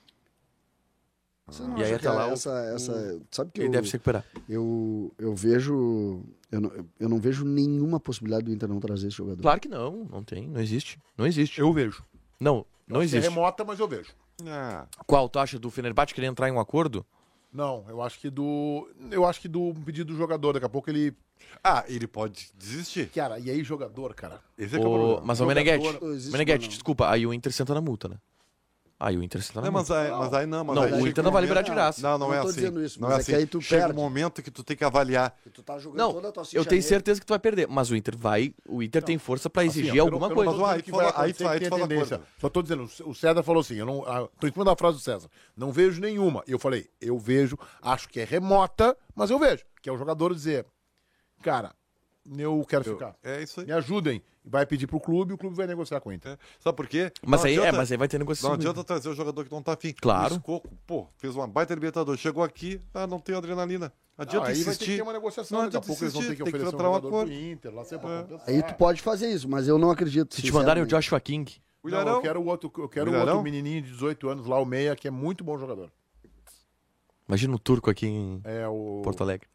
Speaker 5: Você não
Speaker 4: E aí
Speaker 5: acha
Speaker 4: até
Speaker 5: que
Speaker 4: lá o-
Speaker 5: essa, essa, sabe que
Speaker 4: Ele
Speaker 5: eu,
Speaker 4: deve se recuperar.
Speaker 5: eu, eu vejo. Eu não, eu não vejo nenhuma possibilidade do Inter não trazer esse jogador.
Speaker 4: Claro que não, não tem, não existe. Não existe.
Speaker 2: Eu vejo.
Speaker 4: Não, não
Speaker 2: É
Speaker 4: existe.
Speaker 2: remota, mas eu vejo.
Speaker 3: Ah,
Speaker 4: Qual tu acha do Fenerbahçe querer entrar em um acordo?
Speaker 2: Não, eu acho que do. Eu acho que do pedido do jogador. Daqui a pouco ele.
Speaker 3: Ah, ele pode desistir.
Speaker 2: Cara, e aí, jogador, cara?
Speaker 3: Esse é que é o
Speaker 4: O...
Speaker 3: problema.
Speaker 4: Mas o
Speaker 2: Jogador-
Speaker 4: Meneghetti,
Speaker 5: Não existe,
Speaker 4: Meneghetti,
Speaker 5: não.
Speaker 4: desculpa, aí o Inter senta na multa, né? Aí o Inter senta na
Speaker 3: Não, mas
Speaker 4: multa.
Speaker 3: aí, mas aí não, mas
Speaker 4: Não,
Speaker 3: aí
Speaker 4: o
Speaker 3: chega
Speaker 4: Inter
Speaker 3: um
Speaker 4: não vai
Speaker 3: momento-
Speaker 4: liberar de graça.
Speaker 3: Não, não,
Speaker 5: Não
Speaker 3: é
Speaker 5: tô
Speaker 3: assim.
Speaker 5: dizendo isso,
Speaker 3: não
Speaker 5: mas
Speaker 3: é
Speaker 5: é
Speaker 3: assim.
Speaker 5: que aí tu
Speaker 3: Chega
Speaker 5: perde.
Speaker 3: um momento que tu tem que avaliar.
Speaker 5: Tu tá jogando
Speaker 4: Não,
Speaker 5: toda a tua
Speaker 4: eu
Speaker 5: ficha
Speaker 4: tenho
Speaker 5: nele.
Speaker 4: certeza que tu vai perder, mas o Inter vai, o Inter tem força pra exigir
Speaker 2: Assim, ó,
Speaker 4: alguma
Speaker 2: pelo- pelo
Speaker 4: coisa.
Speaker 2: que eu tô
Speaker 3: Aí
Speaker 2: dizendo que
Speaker 3: tu fala-
Speaker 2: vai acontecer,
Speaker 3: aí tu- aí
Speaker 2: que
Speaker 3: tu
Speaker 2: tem
Speaker 3: fala
Speaker 2: tendência.
Speaker 3: coisa.
Speaker 2: Só tô dizendo, o César falou assim, eu não, ah, tô em cima da frase do César, não vejo nenhuma. E eu falei, eu vejo, acho que é remota, mas eu vejo. Que é o jogador dizer, cara, eu quero
Speaker 3: Eu-
Speaker 2: ficar.
Speaker 3: É isso aí.
Speaker 2: Me ajudem. Vai pedir pro clube e o clube vai negociar com o Inter.
Speaker 3: É. Sabe por quê?
Speaker 4: Mas
Speaker 3: Não
Speaker 4: aí, é,
Speaker 3: adianta-
Speaker 4: mas aí vai ter negociação.
Speaker 3: Não adianta trazer o jogador que não tá afim.
Speaker 4: Claro.
Speaker 3: O Escoco, pô, fez uma baita Libertador. Chegou aqui, ah, não tem adrenalina. Adianta
Speaker 2: Não, aí vai ter que
Speaker 3: insistir.
Speaker 2: ter uma negociação.
Speaker 3: Não
Speaker 2: Daqui a
Speaker 3: adianta
Speaker 2: pouco eles vão ter que
Speaker 3: insistir, tem que
Speaker 2: oferecer um
Speaker 3: entrar um
Speaker 2: jogador
Speaker 3: acordo.
Speaker 2: pro Inter, lá sempre
Speaker 3: É.
Speaker 2: pra compensar.
Speaker 5: Aí tu pode fazer isso, mas eu não acredito.
Speaker 4: Se te mandarem o
Speaker 5: sinceramente.
Speaker 4: Joshua King,
Speaker 3: O
Speaker 2: Não,
Speaker 3: Ilharão,
Speaker 2: eu quero o outro, eu quero o
Speaker 3: Ilharão?
Speaker 2: outro menininho de dezoito anos lá, o Meia, que é muito bom jogador.
Speaker 4: imagina o turco aqui em
Speaker 2: É o...
Speaker 4: Porto Alegre.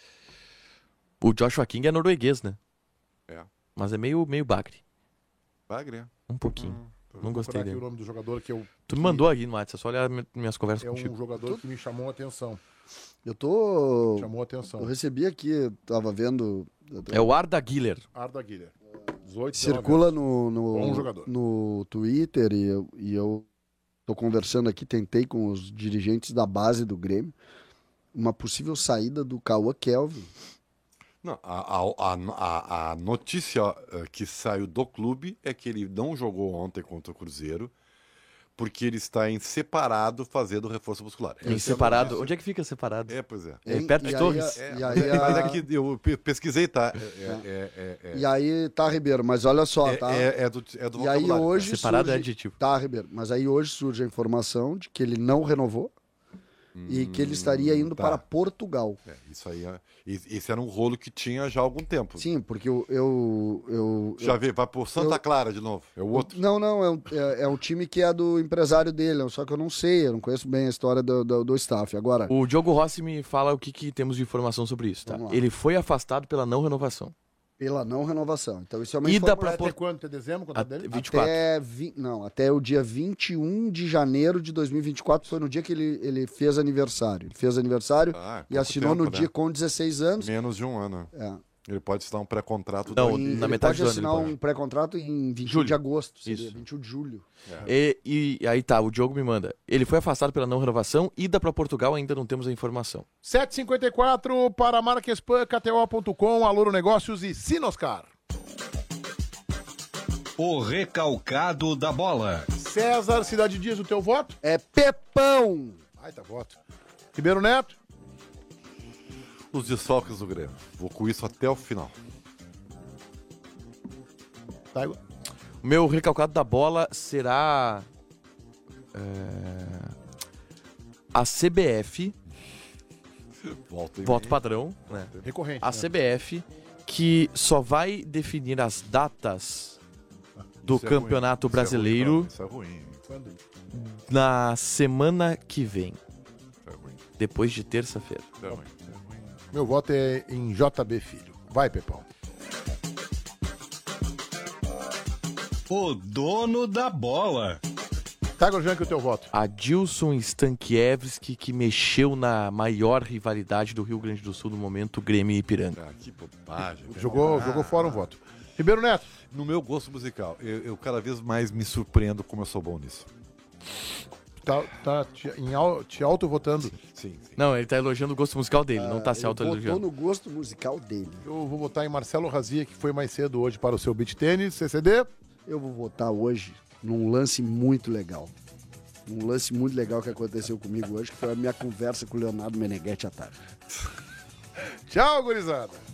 Speaker 4: O Joshua King é norueguês, né?
Speaker 3: É.
Speaker 4: Mas é meio, meio bagre.
Speaker 3: Bagre, é.
Speaker 4: Um pouquinho.
Speaker 2: Vou
Speaker 4: Não
Speaker 2: procurar
Speaker 4: gostei
Speaker 2: aqui
Speaker 4: dele.
Speaker 2: o nome do jogador, que eu...
Speaker 4: Tu me mandou aqui no WhatsApp, é só olhar mi- minhas conversas
Speaker 2: É um
Speaker 4: contigo.
Speaker 2: jogador que me chamou a atenção.
Speaker 5: Eu tô.
Speaker 2: Chamou a atenção.
Speaker 5: Eu recebi aqui, eu tava vendo.
Speaker 4: É o Arda Güler.
Speaker 2: Arda Guilherme. dezoito,
Speaker 5: Circula no,
Speaker 2: Bom
Speaker 5: no,
Speaker 2: jogador.
Speaker 5: no Twitter e eu, e eu tô conversando aqui, tentei com os dirigentes da base do Grêmio, uma possível saída do Cauã Kelvin.
Speaker 3: Não, a, a, a, a notícia eh, que saiu do clube é que ele não jogou ontem contra o Cruzeiro porque ele está em separado fazendo reforço muscular.
Speaker 4: Em separado. Onde é que fica separado?
Speaker 3: É, pois é.
Speaker 4: É
Speaker 5: Hein?
Speaker 4: perto
Speaker 5: E
Speaker 4: de
Speaker 5: aí
Speaker 4: Torres.
Speaker 5: a-
Speaker 3: É,
Speaker 5: e aí,
Speaker 3: mas
Speaker 5: a-
Speaker 3: é que eu pe- pesquisei, tá? É, é, é, é,
Speaker 5: e aí tá, Ribeiro, mas olha só,
Speaker 3: é,
Speaker 5: tá?
Speaker 3: é, é do, é do
Speaker 5: E aí
Speaker 3: vocabulário,
Speaker 5: hoje
Speaker 4: Separado é
Speaker 5: surge...
Speaker 4: adjetivo.
Speaker 5: Tá, Ribeiro, mas aí hoje surge a informação de que ele não renovou e que ele estaria indo
Speaker 3: tá.
Speaker 5: para Portugal.
Speaker 3: É, isso aí, é, e- esse era um rolo que tinha já há algum tempo.
Speaker 5: Sim, porque eu... eu, eu,
Speaker 3: Já
Speaker 5: eu-
Speaker 3: vê, vai por Santa
Speaker 5: eu-
Speaker 3: Clara de novo. É o outro.
Speaker 5: Não, não, é um, é, é um time que é do empresário dele, só que eu não sei, eu não conheço bem a história do, do, do staff. Agora,
Speaker 4: O Diogo Rossi me fala o que, que temos de informação sobre isso, tá?
Speaker 5: Vamos lá.
Speaker 4: Ele foi afastado pela não renovação.
Speaker 5: Pela não renovação. Então isso é uma
Speaker 4: E dá
Speaker 5: informação.
Speaker 2: Vai
Speaker 4: pra
Speaker 2: até quando? Até dezembro? Quanto
Speaker 4: Até
Speaker 2: dele?
Speaker 4: vinte e quatro.
Speaker 5: Até, vi... não, até o dia vinte e um de janeiro de dois mil e vinte e quatro, foi no dia que ele, ele fez aniversário. Ele fez aniversário
Speaker 3: Ah,
Speaker 5: e
Speaker 3: pouco
Speaker 5: assinou
Speaker 3: tempo,
Speaker 5: no
Speaker 3: né?
Speaker 5: dia com dezesseis anos.
Speaker 3: Menos de um ano.
Speaker 5: É.
Speaker 3: Ele pode assinar um pré-contrato.
Speaker 4: Não,
Speaker 3: daí.
Speaker 5: E
Speaker 4: na
Speaker 5: ele
Speaker 4: metade
Speaker 5: pode
Speaker 4: do ano
Speaker 5: assinar
Speaker 4: ele pode.
Speaker 5: um pré-contrato em vinte e um
Speaker 4: Julho.
Speaker 5: de agosto, seria
Speaker 4: Isso.
Speaker 5: vinte e um de julho.
Speaker 4: E, e aí tá, o Diogo me manda. Ele foi afastado pela não renovação, ida pra Portugal, ainda não temos a informação.
Speaker 2: sete e cinquenta e quatro para Marquespan, K T O ponto com, Aluro Negócios e Sinoscar.
Speaker 1: O recalcado da bola.
Speaker 2: César Cidade Dias, o teu voto?
Speaker 5: É Pepão!
Speaker 2: Ai, tá voto. Ribeiro Neto?
Speaker 3: Os desfalques do Grêmio. Vou com isso até o final.
Speaker 2: Tá igual.
Speaker 4: O meu recalcado da bola será. é, a C B F,
Speaker 3: Volta em
Speaker 4: voto
Speaker 3: mim.
Speaker 4: padrão, né?
Speaker 2: Recorrente.
Speaker 4: A
Speaker 2: né?
Speaker 4: C B F, que só vai definir as datas do
Speaker 3: Isso é ruim.
Speaker 4: Campeonato
Speaker 3: Isso é ruim,
Speaker 4: Brasileiro
Speaker 3: não, Isso é ruim.
Speaker 2: Quando?
Speaker 4: na semana que vem,
Speaker 3: Isso é ruim.
Speaker 4: depois de terça-feira.
Speaker 3: Isso é ruim.
Speaker 2: Meu voto é em J B Filho. Vai, Pepão.
Speaker 1: O dono da bola.
Speaker 2: Tiger Junk, o teu voto?
Speaker 4: Adilson Stankiewski, que mexeu na maior rivalidade do Rio Grande do Sul no momento, Grêmio e Ipiranga.
Speaker 3: Ah, que bobagem.
Speaker 2: Jogou,
Speaker 3: Ah.
Speaker 2: jogou fora um voto. Ribeiro Neto?
Speaker 3: No meu gosto musical, eu, eu cada vez mais me surpreendo como eu sou bom nisso.
Speaker 2: Tá, tá te, em, au- te auto-votando.
Speaker 3: Sim, sim.
Speaker 4: Não, ele tá elogiando o gosto musical dele, não tá se
Speaker 5: Ele votou
Speaker 4: auto-elogiando.
Speaker 5: no gosto musical dele.
Speaker 2: Eu vou votar em Marcelo Razia, que foi mais cedo hoje para o seu beach tênis. C C D?
Speaker 5: Eu vou votar hoje num lance muito legal. Um lance muito legal que aconteceu comigo hoje, que foi a minha conversa com o Leonardo Meneghetti à tarde.
Speaker 2: Tchau, gurizada.